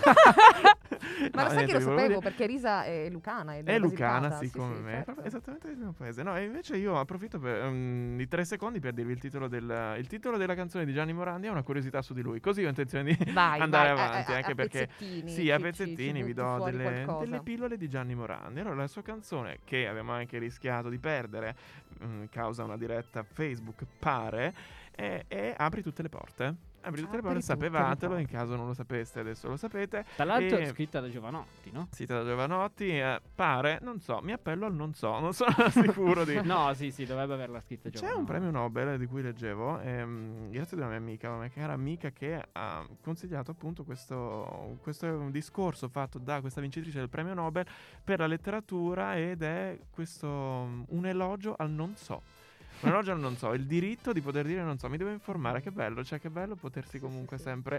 Ma No, lo sai niente, che lo vi volevo sapevo dire- perché Risa è lucana. È, È della lucana, Basilicata, sì, come me. certo. Proprio esattamente del mio paese. No, e invece io approfitto per, um, di tre secondi per dirvi il titolo, del, il titolo della canzone di Gianni Morandi. È una curiosità su di lui. Così ho intenzione di Vai, andare vai, a- avanti. a- anche a perché pezzettini, sì, ci- a ci- pezzettini ci vi butti do fuori delle, qualcosa. delle pillole di Gianni Morandi. Allora, la sua canzone, che abbiamo anche rischiato di perdere mm, causa una diretta Facebook, pare, è, è Apri tutte le porte. Apri tutte le Apri porte, tutte le sapevatelo, in porte. caso non lo sapeste, adesso lo sapete. Tra l'altro E- scritta da Giovanotti, no? Sita da Giovanotti, eh, pare, non so, mi appello al non so, non sono sicuro di... No, sì, sì, dovrebbe averla scritta C'è Giovanotti. un premio Nobel di cui leggevo, ehm, grazie ad una mia amica, una mia cara amica, che ha consigliato appunto questo, questo discorso fatto da questa vincitrice del premio Nobel per la letteratura, ed è questo um, un elogio al non so. Un elogio al non so, il diritto di poter dire non so, mi devo informare, che bello, cioè che bello potersi comunque sempre,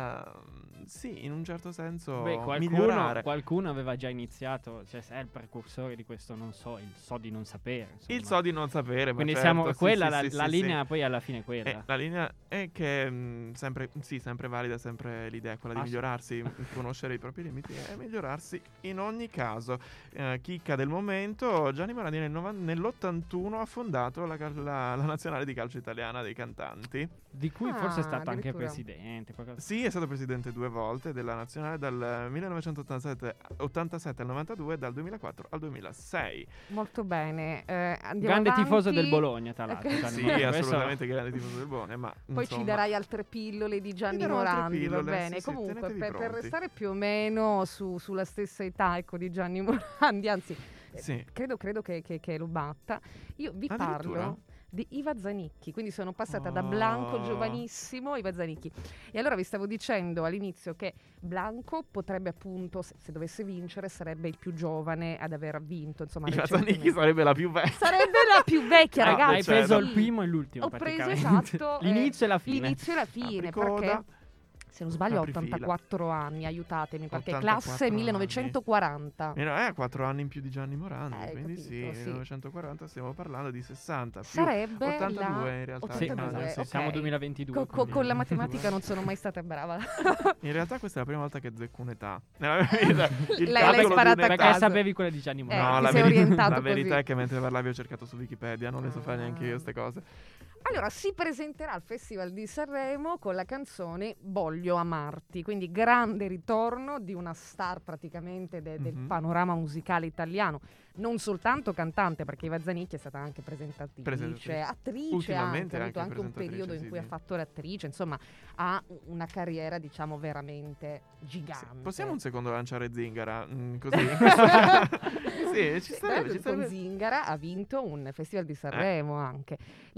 ehm, sì, in un certo senso Beh, qualcuno, migliorare. qualcuno aveva già iniziato, cioè è il precursore di questo non so, il so di non sapere. insomma. Il so di non sapere, ma Quindi certo, siamo, sì, quella sì, la, sì, la sì, linea sì. poi alla fine è quella. Eh, la linea è che mh, sempre, sì, sempre valida, sempre l'idea è quella di Ah, sì. migliorarsi, m- conoscere i propri limiti e migliorarsi in ogni caso. Eh, chicca del momento, Gianni Morandi nel novan- nell'ottantuno ha fondato la, cal- la- la nazionale di calcio italiana dei cantanti. Di cui forse è Ah, stato anche addirittura. presidente. qualcosa- Sì, è stato presidente due volte della nazionale dal millenovecentottantasette ottantasette al novantadue e dal duemilaquattro al duemilasei. Molto bene. eh, andiamo Grande avanti. tifoso del Bologna, tra l'altro. Ok. Gianni Sì, Morandi, questo- assolutamente grande tifoso del Bologna, ma Poi insomma, ci darai altre pillole di Gianni darò altre Morandi, va pillole, bene. sì, sì, Comunque, tenetevi per, per pronti. restare più o meno su- sulla stessa età ecco, di Gianni Morandi, anzi, eh, Sì. credo, credo che, che- che lo batta. Io vi Addirittura? parlo di Iva Zanicchi, quindi sono passata da Oh. Blanco giovanissimo a Iva Zanicchi. E allora vi stavo dicendo all'inizio che Blanco potrebbe appunto, se, se dovesse vincere, sarebbe il più giovane ad aver vinto, insomma, Iva recentemente. Zanicchi sarebbe la più vecchia. Sarebbe la più vecchia, Ah, ragazzi. Hai certo. preso Sì. il primo e l'ultimo. Ho preso praticamente. esatto, eh, L'inizio e la fine. L'inizio e la fine, Apricoda. perché se non sbaglio ha Aprifila. ottantaquattro anni, aiutatemi, qualche ottantaquattro classe anni. millenovecentoquaranta. Eh, no, è quattro anni in più di Gianni Morandi, Eh, quindi capito, sì, sì. millenovecentoquaranta stiamo parlando di sessanta più Sarebbe ottantadue la in realtà. Sì, ottantadue, esatto, ok. siamo duemilaventidue. Co- co- quindi- con la matematica non sono mai stata brava. In realtà questa è la prima volta che azzecco un'età nella mia vita. Il Lei l'hai calcolo di sparata a un'età- Perché caso. sapevi quella di Gianni Eh, Morandi. No, ti la, sei veri- orientato la verità così. è che mentre parlavi ho cercato su Wikipedia, non le so fare neanche io Ah. queste cose. Allora, si presenterà al Festival di Sanremo con la canzone Voglio amarti, quindi grande ritorno di una star praticamente de- del Mhm. panorama musicale italiano, non soltanto cantante, perché Iva Zanicchi è stata anche presentatrice, Presentatrice. attrice, Ultimamente anche, ha avuto anche anche un presentatrice, periodo in sì, cui sì. ha fatto l'attrice, insomma, ha una carriera, diciamo, veramente Sì, gigante. possiamo un secondo lanciare Zingara? Mm, così. in questo- sì, ci Sì, sarebbe, bello, ci con sarebbe. Zingara ha vinto un Festival di Eh. Sanremo anche. La-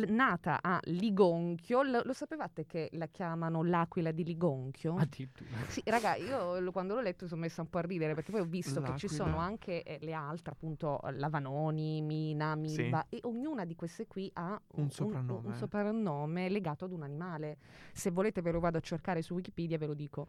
l- nata a Ligonchio. Lo, lo sapevate che la chiamano l'aquila di Ligonchio? Addirittura. Sì, raga, io lo- quando l'ho letto mi sono messa un po' a ridere perché poi ho visto che ci L'aquila. sono anche eh, le altre, appunto la Vanoni, Mina, Milva, e ognuna di queste qui ha Un soprannome. un soprannome legato ad un animale. Se volete ve lo vado a cercare su Wikipedia, ve lo dico.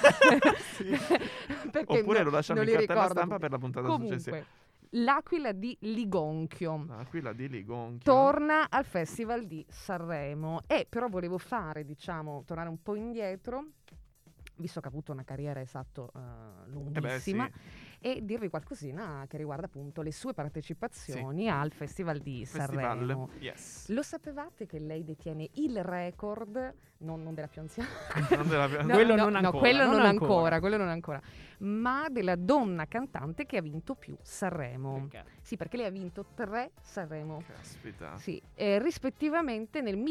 Sì. Perché Oppure no- lo lasciamo non in li cartella ricordo stampa tutti. per la puntata Comunque, successiva. l'aquila di Ligonchio L'aquila di Ligonchio. torna al Festival di Sanremo, e però volevo fare, diciamo, tornare un po' indietro, visto che ha avuto una carriera esatto eh, lunghissima, Eh beh, sì. e dirvi qualcosina che riguarda appunto le sue partecipazioni al Festival di Festival. Sanremo. Yes. Lo sapevate che lei detiene il record, non, non della più anziana, Non della- No, Quello no, non no, ancora, quello non non ancora. ancora, quello non ancora, ma della donna cantante che ha vinto più Sanremo. Perché? Sì, perché lei ha vinto tre Sanremo. Caspita. Sì, eh, rispettivamente nel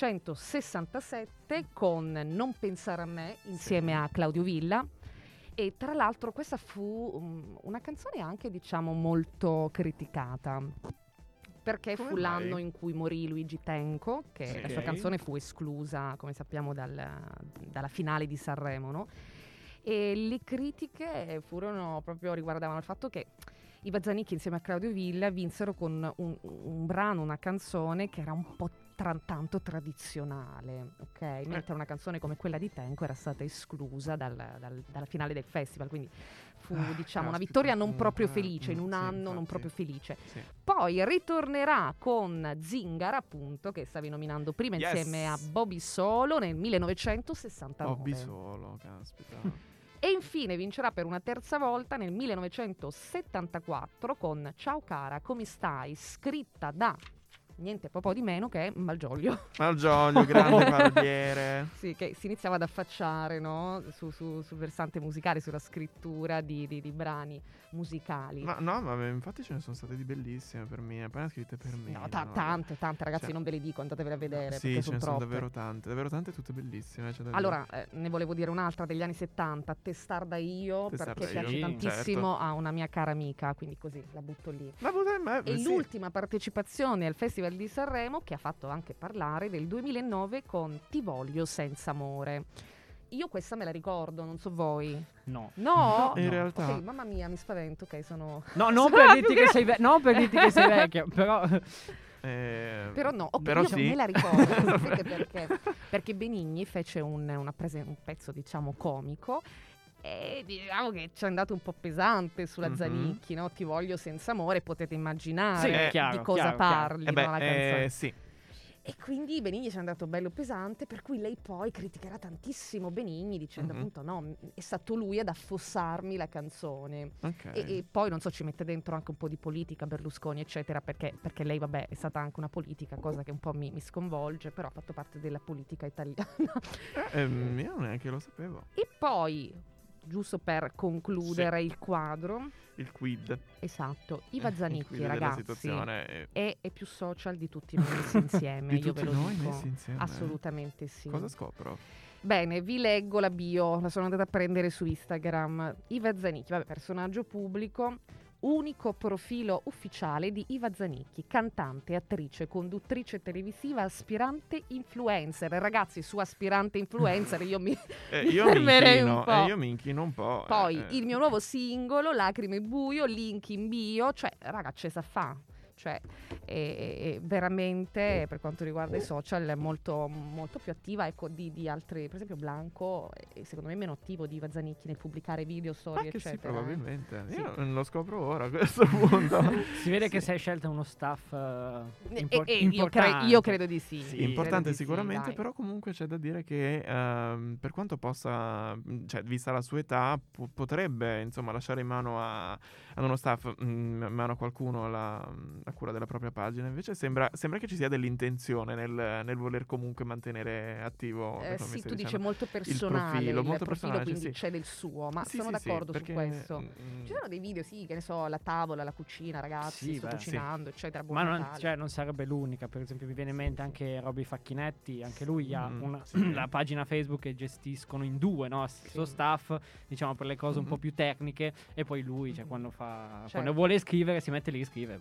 millenovecentosessantasette con Non pensare a me insieme Sì. a Claudio Villa, e tra l'altro questa fu um, una canzone anche diciamo molto criticata perché Come fu mai? l'anno in cui morì Luigi Tenco, che Sì. la sua Ok. canzone fu esclusa, come sappiamo, dal- dalla finale di Sanremo, no? E le critiche furono proprio riguardavano il fatto che i Bazzanicchi insieme a Claudio Villa vinsero con un, un brano, una canzone che era un po' tra- tanto tradizionale, ok? Mentre una canzone come quella di Tenco era stata esclusa dal- dal- dalla finale del festival, quindi fu Ah, diciamo una caspita, vittoria non proprio comunque, felice, in mm, un sì, anno non infatti. proprio felice. Sì. Poi ritornerà con Zingara, appunto, che stavi nominando prima, Yes. insieme a Bobby Solo nel millenovecentosessantanove. Hobby solo, caspita. E infine vincerà per una terza volta nel millenovecentosettantaquattro con Ciao cara, come stai? Scritta da niente po' po' di meno che Malgioglio. Malgioglio, grande paroliere. Sì, che si iniziava ad affacciare, no? su, su- sul versante musicale, sulla scrittura di, di- di brani musicali. Ma no, ma infatti ce ne sono state di bellissime per me, appena scritte per me. No, ta- tante, tante, ragazzi, Cioè- non ve le dico, andatevele a vedere, Sì, perché ce ne sono sono troppe. davvero tante, davvero tante, tutte bellissime. c'è da dire. Allora, eh, ne volevo dire un'altra degli anni settanta, Testarda io, Testarda perché io, piace sì, tantissimo a una mia cara amica, quindi così la butto lì. Ma potrei- ma- E sì. l'ultima partecipazione al Festival di Sanremo, che ha fatto anche parlare, del duemilanove con Ti voglio senza amore. Io questa me la ricordo, non so voi. No. No? In No. realtà, Ok, mamma mia, mi spavento, ok, sono... No, non sono per la dirti più che sei ve- non per dirti che sei vecchia, però eh, Però no, ok, però io sì. me la ricordo, sapete perché? Perché Benigni fece un, una prese- un pezzo, diciamo, comico, e diciamo che ci è andato un po' pesante sulla Mhm. Zanicchi, no? Ti voglio senza amore, potete immaginare Sì, Eh, chiaro, di cosa chiaro, chiaro. parli, Eh beh, no, la canzone. eh, sì. E quindi Benigni ci è andato bello pesante, per cui lei poi criticherà tantissimo Benigni dicendo Mhm. appunto no, m- è stato lui ad affossarmi la canzone. Ok. E, e poi non so, ci mette dentro anche un po' di politica, Berlusconi eccetera, perché, perché lei vabbè è stata anche una politica, cosa che un po' mi, mi sconvolge, però ha fatto parte della politica italiana. Eh, ehm, io neanche lo sapevo. E poi, giusto per concludere il quadro, Il quid. esatto, Eh, Iva il Zanicchi quid della ragazzi situazione. è- è, è più social di tutti noi messi insieme, Di io tutti ve lo noi dico. messi insieme? Assolutamente sì. Cosa scopro? Bene, vi leggo la bio, la sono andata a prendere su Instagram. Iva Zanicchi, vabbè, personaggio pubblico, unico profilo ufficiale di Iva Zanicchi, cantante, attrice, conduttrice televisiva, aspirante influencer. Ragazzi, su aspirante influencer io mi Eh, mi io, mi fermerei un inchino, po'. eh, io mi inchino un po'. Poi eh, il mio nuovo singolo, Lacrime buio, link in bio, cioè ragazzi, sa fa. Cioè, è, è veramente, per quanto riguarda i social, è molto, molto più attiva, ecco, di, di altri. Per esempio Blanco è secondo me meno attivo di Iva Zanicchi nel pubblicare video, storie, Anche sì, eccetera. probabilmente. Sì. Io lo scopro ora a questo punto. si vede Sì. che sei scelta uno staff eh, E- impor- e- e io, cre- importante. io credo di sì. Sì, credo Importante di sì, sicuramente, dai. però comunque c'è da dire che ehm, per quanto possa, mh, cioè vista la sua età, po- potrebbe insomma lasciare in mano a, ad uno staff, mh, in mano a qualcuno la, la cura della propria pagina. Invece sembra, sembra che ci sia dell'intenzione nel, nel voler comunque mantenere attivo. Eh, come mi sì, stai tu dici dicendo, molto personale, profilo, il molto profilo, personale, quindi sì. c'è del suo, ma Sì, sono sì, sì, d'accordo perché, su questo. mm, Ci sono dei video, sì, che ne so, la tavola, la cucina, ragazzi, Sì, sto beh, cucinando, eccetera. Buon Ma non, Natale. cioè, non sarebbe l'unica, per esempio mi viene in mente anche Roby Facchinetti, anche lui ha Mm, una, sì. la pagina Facebook che gestiscono in due, no? Il suo staff, diciamo per le cose un po' Mhm. più tecniche, e poi lui, cioè quando fa Certo. quando vuole scrivere si mette lì e scrive e basta. Ah, ma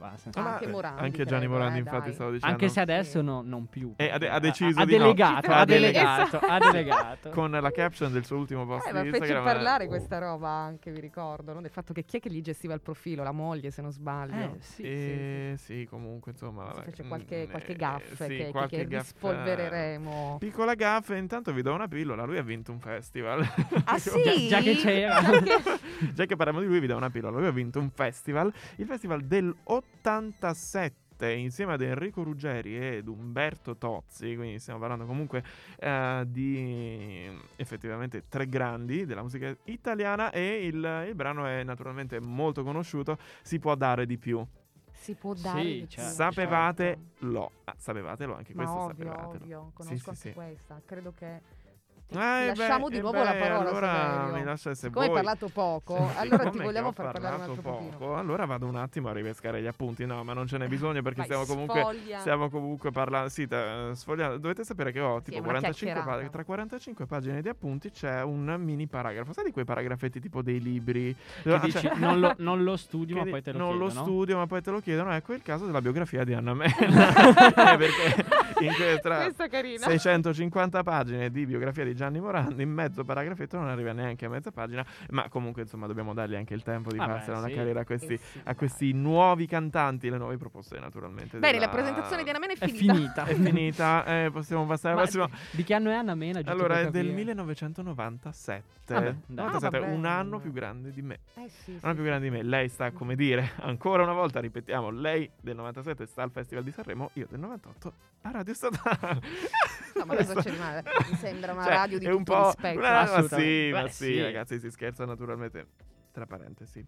Ah, anche Morandi. anche Gianni credo, Morandi, eh, infatti, dai. stavo dicendo. Anche se Sì. adesso no- non più. E ha de- perché ha deciso ha di no. delegato, Ha ha delegato. delegato, ha delegato. Con la caption del suo ultimo post Eh, di ma fece Instagram. parlare eh, questa roba anche, vi ricordo, no? Del fatto che chi è che gli gestiva il profilo? La moglie, se non sbaglio. Eh, sì, eh, sì, comunque, insomma. Si vabbè, fece qualche, mm, qualche eh, gaffe sì, che, qualche che gaffe- rispolvereremo. Piccola gaffe, intanto vi do una pillola. Lui ha vinto un festival. Ah sì? Già- già che c'era. Già che- Già che parliamo di lui, vi do una pillola. Lui ha vinto un festival, il festival del ottantasette, insieme ad Enrico Ruggeri ed Umberto Tozzi. Quindi stiamo parlando comunque eh, di effettivamente tre grandi della musica italiana. E il, il brano è naturalmente molto conosciuto. Si può dare di più. Si può dare Sì, di più, certo. Sapevatelo. Ah, sapevatelo anche Ma questo. ovvio, sapevatelo. ovvio, Sì, conosco sì, anche sì. questa. Credo che Ah, eh lasciamo beh, di eh nuovo la beh, parola a allora Saverio. mi lascia, se Siccome hai vuoi. parlato poco, Se- allora ti siccome che vogliamo ho far parlare un parlato altro pochino. poco, allora vado un attimo a ripescare gli appunti. No, ma non ce n'è bisogno perché Vai, stiamo comunque sfoglia. stiamo comunque parlando. Sì, ta- sfogliando. Dovete sapere che ho Sì, tipo è una quarantacinque pa- chiacchierata. tra quarantacinque pagine di appunti c'è un mini paragrafo. Sai di quei paragrafetti tipo dei libri? Che Ah, dici, cioè- non, lo, non lo studio, che ma di- poi te lo non chiedo, lo no? studio, ma poi te lo chiedono. Ecco il caso della biografia di Anna Mena. Eh, perché in que- tra Questa è carina. seicentocinquanta pagine di biografia di Gianni Morandi, in mezzo paragrafetto non arriva neanche a mezza pagina, ma comunque insomma dobbiamo dargli anche il tempo di Vabbè, farsela una sì. carriera a questi, Eh sì, a dai. questi nuovi cantanti, le nuove proposte naturalmente. Bene, della- la presentazione di Anna Mena è È finita. finita. è finita, eh, possiamo passare al Ma prossimo. di che anno è Anna Mena? giusto Allora per è del capire? millenovecentonovantasette. Vabbè, dai. novantasette, Ah, vabbè. un anno più grande di me. Eh sì, Un sì, anno più sì. grande di me. Lei sta, come dire, ancora una volta, ripetiamo, lei del novantasette sta al Festival di Sanremo, io del novantotto a Radio Statale. No, ma cosa c'è di male? Mi sembra una Cioè, radio di è un tutto po' rispetto. una- ma sì, Assolutamente. ma Beh, sì, sì. ragazzi, si scherza naturalmente. Tra parentesi.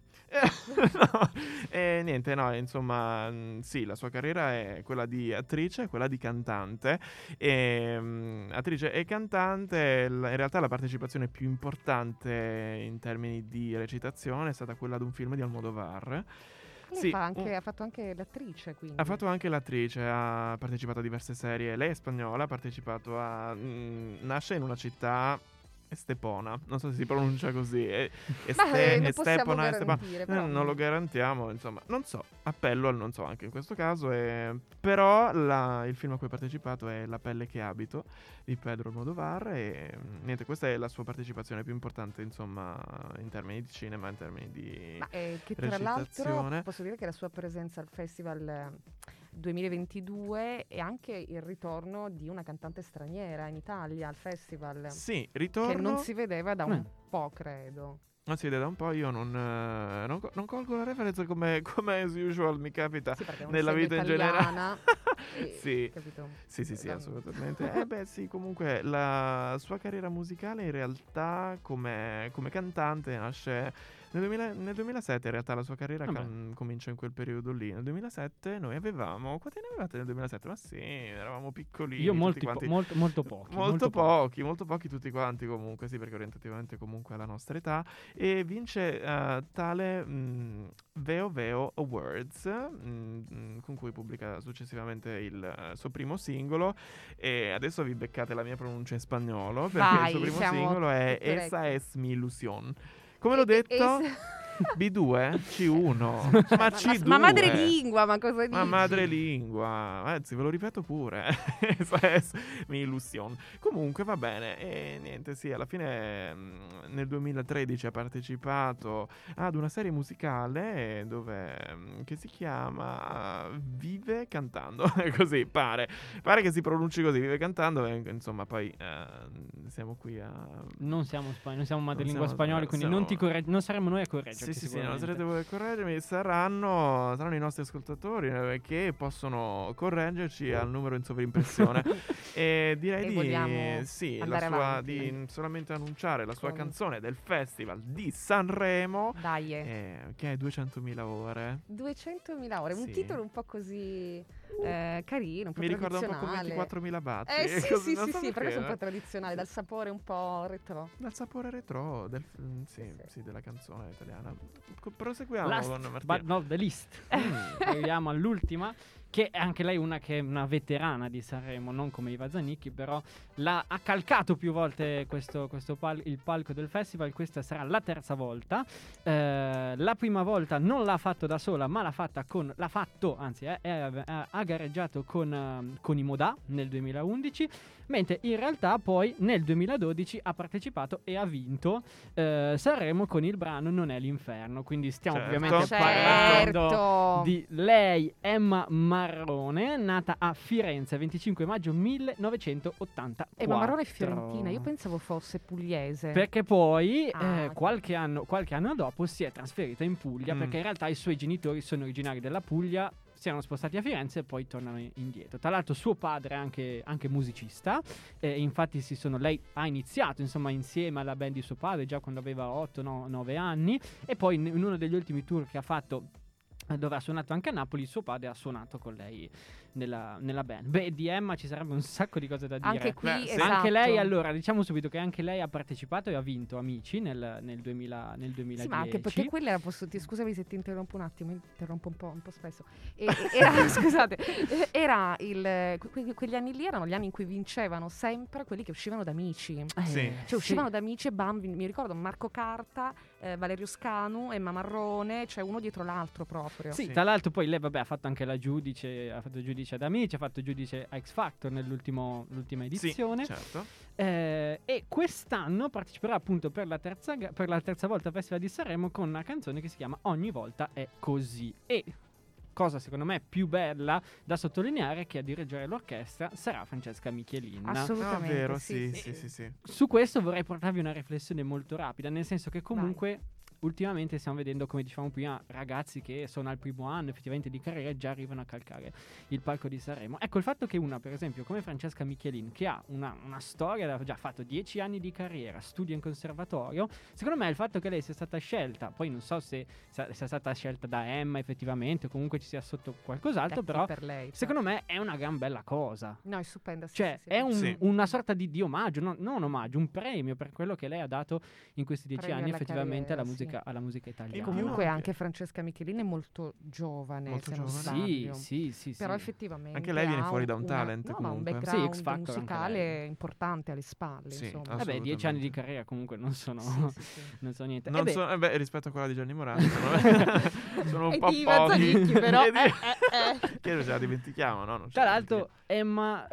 No, e niente, no, insomma, mh, sì, la sua carriera è quella di attrice, quella di cantante. E, mh, attrice e cantante, l- in realtà la partecipazione più importante in termini di recitazione è stata quella ad un film di Almodovar. Lei Sì, fa anche- un- ha fatto anche l'attrice, quindi. ha fatto anche l'attrice, ha partecipato a diverse serie. Lei è spagnola, ha partecipato a... mh, nasce in una città Estepona, non so se si pronuncia così. È, Ma Este- eh, non possiamo Estepona, Estepona. garantire, Eh, però. non lo garantiamo, insomma, non so, appello al non so anche in questo caso. E... Però la- il film a cui ha partecipato è La pelle che abito di Pedro Almodovar e mh, niente, questa è la sua partecipazione più importante, insomma, in termini di cinema, in termini di... Ma eh, che tra l'altro recitazione. posso dire che la sua presenza al Festival eh, duemilaventidue è anche il ritorno di una cantante straniera in Italia al Festival. Sì, Che ritorno... non si vedeva da un Eh. po', credo. Non si vede da un po', io non, eh, non, co- non colgo la referenza come, come as usual mi capita Sì, perché è nella un'essendo vita in generale. italiana, e- Sì. capito? Sì, sì, sì, La- assolutamente. Eh beh, sì, comunque la sua carriera musicale in realtà come, come cantante nasce nel, duemila nel duemilasette, in realtà la sua carriera Vabbè. com- comincia in quel periodo lì. Nel duemilasette noi avevamo... Quanti ne avevate nel duemilasette? Ma sì, eravamo piccolini. Io tutti molti po- quanti. molto, molto pochi. Molto, pochi. pochi, molto pochi tutti quanti comunque, sì, perché orientativamente comunque alla nostra età. E vince eh, tale mh, Veo Veo Awards, mh, mh, con cui pubblica successivamente il eh, suo primo singolo. E adesso vi beccate la mia pronuncia in spagnolo, perché Vai, il suo primo siamo singolo è tutte Esa orecchie. es mi ilusión. Come l'ho E- e- detto, e- B due, C uno, ma C due. ma madrelingua, ma cosa dici? Ma madrelingua, anzi ve lo ripeto pure, Esa es mi illusión. Comunque va bene, e niente, sì, alla fine mh, nel duemilatredici ha partecipato ad una serie musicale dove, mh, che si chiama Vive Cantando, così pare, pare che si pronunci così, Vive Cantando, e insomma poi eh, siamo qui a... Non siamo, spa- non siamo madrelingua siamo- spagnoli, quindi siamo- non, ti corregg- non saremo noi a correggerti. Sì, sì, sì, non sicuramente. sarete voi a correggermi, saranno, saranno i nostri ascoltatori eh, che possono correggerci al numero in sovrimpressione. E direi E di vogliamo sì, la andare sua, avanti. di solamente annunciare la sua Con- canzone del Festival di Sanremo, Dai, eh. eh, che è duecentomila ore. duecentomila ore, un Sì. titolo un po' così eh, carino, un po' Mi ricorda un po' come tradizionale. ventiquattromila batti. Eh sì, Così, sì, non sì, so sì, per questo è un po' perché, tradizionale, dal sapore un po' retro. dal sapore retro del, mm, sì, Sì, sì. sì, della canzone italiana. Co- Proseguiamo Last con Martina. but not the least. Mm. Arriviamo all'ultima, che è anche lei una che è una veterana di Sanremo, non come Iva Zanicchi, però l'ha, ha calcato più volte questo, questo pal- il palco del festival. Questa sarà la terza volta. Eh, la prima volta non l'ha fatto da sola, ma l'ha fatta con l'ha fatto, anzi eh, eh, ha gareggiato con, uh, con i Modà nel duemilaundici, mentre in realtà poi nel duemiladodici ha partecipato e ha vinto eh, Sanremo con il brano Non è l'inferno. Quindi stiamo Certo. ovviamente Certo. parlando di lei, Emma Marrone, nata a Firenze venticinque maggio millenovecentottantaquattro. E ma Marrone è fiorentina, io pensavo fosse pugliese. Perché poi Ah, eh, ok. qualche, anno, qualche anno dopo si è trasferita in Puglia, Mm. perché in realtà i suoi genitori sono originari della Puglia, si erano spostati a Firenze e poi tornano in- indietro. Tra l'altro suo padre è anche, anche musicista, eh, infatti si sono, lei ha iniziato insomma insieme alla band di suo padre già quando aveva otto nove anni, e poi in, in uno degli ultimi tour che ha fatto, eh, dove ha suonato anche a Napoli, suo padre ha suonato con lei nella, nella band. Beh, di Emma ci sarebbe un sacco di cose da dire. Anche qui, Beh, sì. esatto. Anche lei, allora, diciamo subito che anche lei ha partecipato e ha vinto Amici nel, nel, duemila, nel duemiladieci. Sì, ma anche perché quella era, posso, ti, scusami se ti interrompo un attimo, interrompo un po', un po' spesso. E, e- era, scusate, eh, era il, que- quegli anni lì erano gli anni in cui vincevano sempre quelli che uscivano da Amici. Eh, Sì. Cioè uscivano da Amici e bam, vi- mi ricordo Marco Carta, eh, Valerio Scanu, Emma Marrone, cioè uno dietro l'altro proprio. Sì, Sì. tra l'altro poi lei, vabbè, ha fatto anche la giudice, ha fatto giudice ad Amici, ha fatto giudice a X Factor nell'ultimo, l'ultima edizione. Sì, certo. Eh, e quest'anno parteciperà appunto per la, terza, ga- per la terza volta al Festival di Sanremo con una canzone che si chiama Ogni volta è così. E cosa secondo me più bella da sottolineare è che a dirigere l'orchestra sarà Francesca Michelin. Ah, Assolutamente. vero, sì, sì, sì. sì, sì, sì. Su questo vorrei portarvi una riflessione molto rapida, nel senso che comunque ultimamente stiamo vedendo, come dicevamo prima, ragazzi che sono al primo anno effettivamente di carriera e già arrivano a calcare il palco di Sanremo. Ecco, il fatto che una, per esempio, come Francesca Michelin, che ha una, una storia, ha già fatto dieci anni di carriera, studia in conservatorio, secondo me il fatto che lei sia stata scelta, poi non so se sia, sia stata scelta da Emma effettivamente o comunque ci sia sotto qualcos'altro, Beh, però per lei, cioè. secondo me è una gran bella cosa. No, è stupenda. sì, Cioè, sì, sì. è un- Sì. una sorta di, di omaggio, no- non omaggio, un premio per quello che lei ha dato in questi dieci Premio anni alla effettivamente carriera, alla sì. musica, alla musica italiana. E Io comunque no, anche che- Francesca Michelin è molto giovane, Molto se non giovane. Sì, sbaglio. sì, sì, Però sì. effettivamente Anche lei viene ha fuori da un una- talent, no, ma un comunque. background Sì, X Factor anche musicale lei. importante alle spalle, Sì, insomma. Vabbè, dieci anni di assolutamente. carriera comunque non sono, Sì, sì, sì. non so niente. Non Eh beh, so, eh beh, rispetto a quella di Gianni Morandi sono, sono un E po' di Iva pochi. Zanicchi, però, E di- eh, eh, eh. Che ce la dimentichiamo, no? Non ce tra la l'altro Emma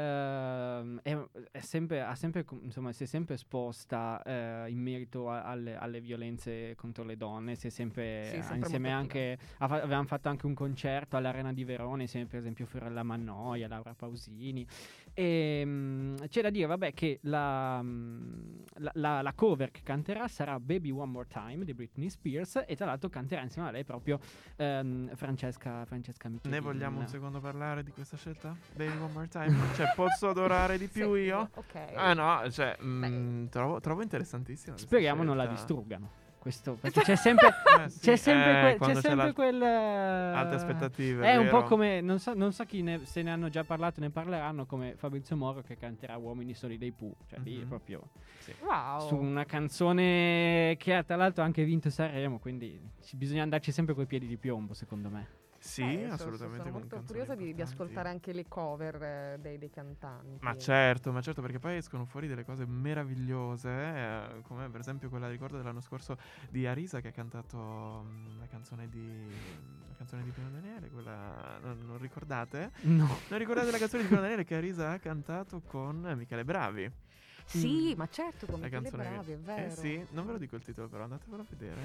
ehm, è, è sempre, ha sempre, com- insomma, si è sempre esposta eh, in merito a- alle, alle violenze contro le donne, si è sempre, Sì, eh, sempre insieme molto anche, ha fa- avevamo fatto anche un concerto all'Arena di Verona insieme per esempio Fiorella Mannoia, Laura Pausini, e mh, c'è da dire vabbè che la, mh, la, la- la cover che canterà sarà Baby One More Time di Britney Spears, e tra l'altro canterà insieme a lei proprio ehm, Francesca, Francesca Michelin. Ne vogliamo un secondo parlare di questa scelta? Baby One More Time? Cioè, posso adorare di più Sì, io? ok. Ah no, cioè, mm, trovo, trovo interessantissima questa Speriamo non la scelta. distruggano. Questo, perché c'è sempre, Eh, sì, c'è sempre, eh, quel, c'è quando c'è sempre la- quel. alte aspettative, È un po' vero? come. Non so, non so chi ne, se ne hanno già parlato, ne parleranno, come Fabrizio Moro che canterà Uomini Soli dei Pooh. Cioè, lì Mhm. proprio. Wow. Su una canzone che ha tra l'altro anche vinto Sanremo. Quindi ci- bisogna andarci sempre coi piedi di piombo, secondo me. Sì, Eh, sono- assolutamente. Sono con molto canzoni curiosa di, di importanti. ascoltare anche le cover eh, dei, dei cantanti. Ma certo, ma certo, perché poi escono fuori delle cose meravigliose, eh, come per esempio quella, ricordo dell'anno scorso, di Arisa che ha cantato mm, la canzone di la canzone di Pino Daniele, quella non, non ricordate? No. Non ricordate la canzone di Pino Daniele che Arisa ha cantato con Michele Bravi? Sì, Mm. ma certo, come La Michele canzone Bravi, è che- vero. Eh sì, non ve lo dico il titolo, però andatevelo a vedere.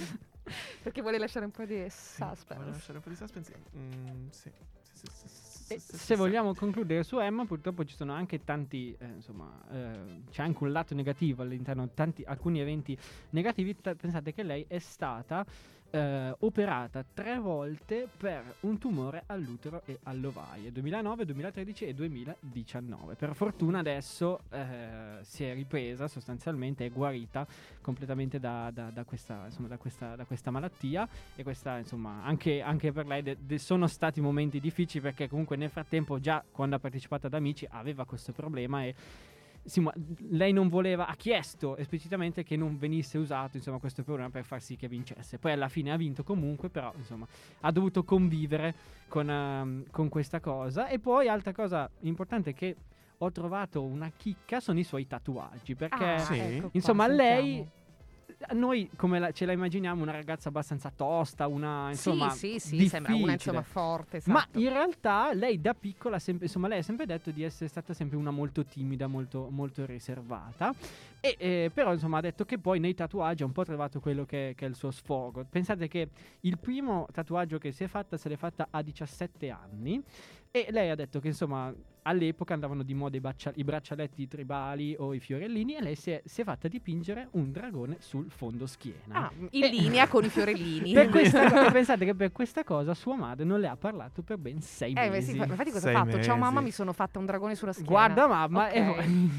Perché vuole lasciare un po' di Sì, voglio suspense. lasciare un po' di suspense. Mm, sì. Sì, sì, sì, sì, E sì, sì, se sì. vogliamo concludere su Emma, purtroppo ci sono anche tanti, eh, insomma, eh, c'è anche un lato negativo all'interno, tanti, alcuni eventi negativi. T- pensate che lei è stata eh, operata tre volte per un tumore all'utero e all'ovaie, duemilanove, duemilatredici e duemiladiciannove. Per fortuna adesso eh, si è ripresa, sostanzialmente è guarita completamente da, da- da questa, insomma, da, questa, da questa malattia, e questa, insomma, anche, anche per lei de- de- sono stati momenti difficili, perché comunque nel frattempo già quando ha partecipato ad Amici aveva questo problema, e sì, ma lei non voleva, ha chiesto esplicitamente che non venisse usato, insomma, questo programma per far sì che vincesse. Poi alla fine ha vinto comunque, però insomma ha dovuto convivere con, um, con questa cosa. E poi altra cosa importante che ho trovato una chicca sono i suoi tatuaggi, perché Ah, Sì. ecco qua, insomma lei, sentiamo. noi come la- ce la immaginiamo una ragazza abbastanza tosta, una insomma sì, sì, sì, sembra una difficile. insomma forte, Ma esatto. in realtà lei da piccola, ha sempre, insomma, lei ha sempre detto di essere stata sempre una molto timida, molto, molto riservata. E eh, però insomma ha detto che poi nei tatuaggi ha un po' trovato quello che, che è il suo sfogo. Pensate che il primo tatuaggio che si è fatta se l'è fatta a diciassette anni. E lei ha detto che insomma all'epoca andavano di moda i, baccia- i braccialetti tribali o i fiorellini, e lei si è, si è fatta dipingere un dragone sul fondo schiena. Ah, in E- linea con i fiorellini. Per questa co- pensate che per questa cosa sua madre non le ha parlato per ben sei Eh, beh, mesi. sì, fa- infatti cosa Sei ha fatto? Ciao mesi. mamma, mi sono fatta un dragone sulla schiena. Guarda mamma, Ok. e-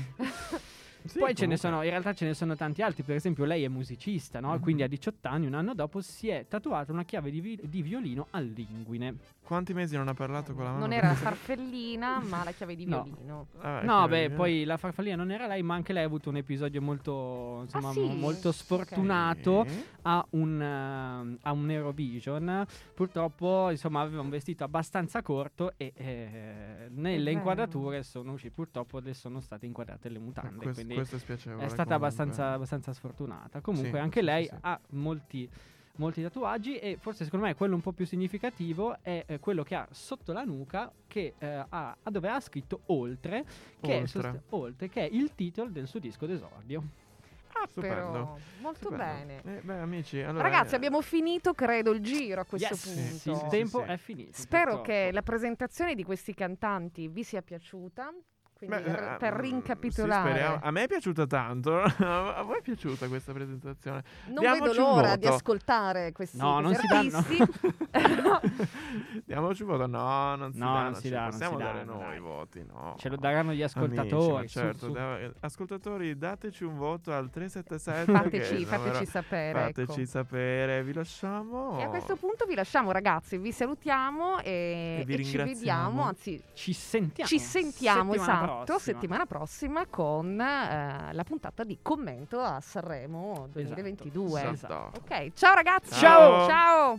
Sì, poi ce ne comunque. sono, in realtà ce ne sono tanti altri. Per esempio lei è musicista, no? Mhm. Quindi a diciotto anni, un anno dopo, si è tatuata una chiave di, vi- di violino all'inguine. Quanti mesi non ha parlato con la mamma? Non era la farfellina, ma la chiave di No. violino. Vabbè, No, che beh, vedi, poi la farfallina non era lei, ma anche lei ha avuto un episodio molto, insomma, Ah, sì? mo- molto Ok. sfortunato Sì. a un, eh, a un Eurovision. Purtroppo, insomma, aveva un vestito abbastanza corto e eh, nelle bello. inquadrature sono uscite, purtroppo le sono state inquadrate le mutande. Questo, quindi questo è spiacevole. è stata comunque. abbastanza, abbastanza sfortunata. Comunque Sì, anche sì, lei sì, sì. ha molti, molti tatuaggi, e forse secondo me quello un po' più significativo è eh, quello che ha sotto la nuca, che eh, ha, a dove ha scritto Oltre, che è, Oltre. sost- Oltre, che è il titolo del suo disco d'esordio. Ah, Stupendo. però, molto Stupendo. bene. Eh, beh, amici, allora, Ragazzi, eh, abbiamo finito, credo, il giro a questo Yes, punto. sì, il Sì, tempo sì, sì. è finito. Spero purtroppo. che la presentazione di questi cantanti vi sia piaciuta. Quindi, beh, r- eh, per mm, rincapitolare, sì, speriamo. A me è piaciuta tanto. A voi è piaciuta questa presentazione? non Diamoci vedo un l'ora di voto. ascoltare questi, No, non questi si danno. artisti. Diamoci un voto. No, non si No, dà. non Non si ci dà, non possiamo si dare danno, noi dai. i voti. No. Ce lo daranno gli ascoltatori. Amici, su- ma certo, su- da- ascoltatori, dateci un voto al tre sette sette. fateci, che è il fateci numero- sapere. Fateci ecco. sapere, vi lasciamo. E a questo punto vi lasciamo, ragazzi. Vi salutiamo e, E vi e ci ringraziamo. vediamo. Anzi, Ci sentiamo. ci sentiamo settimana esatto prossima. settimana prossima con eh, la puntata di commento a Sanremo duemilaventidue. Esatto. Ok, ciao ragazzi. Ciao. Ciao.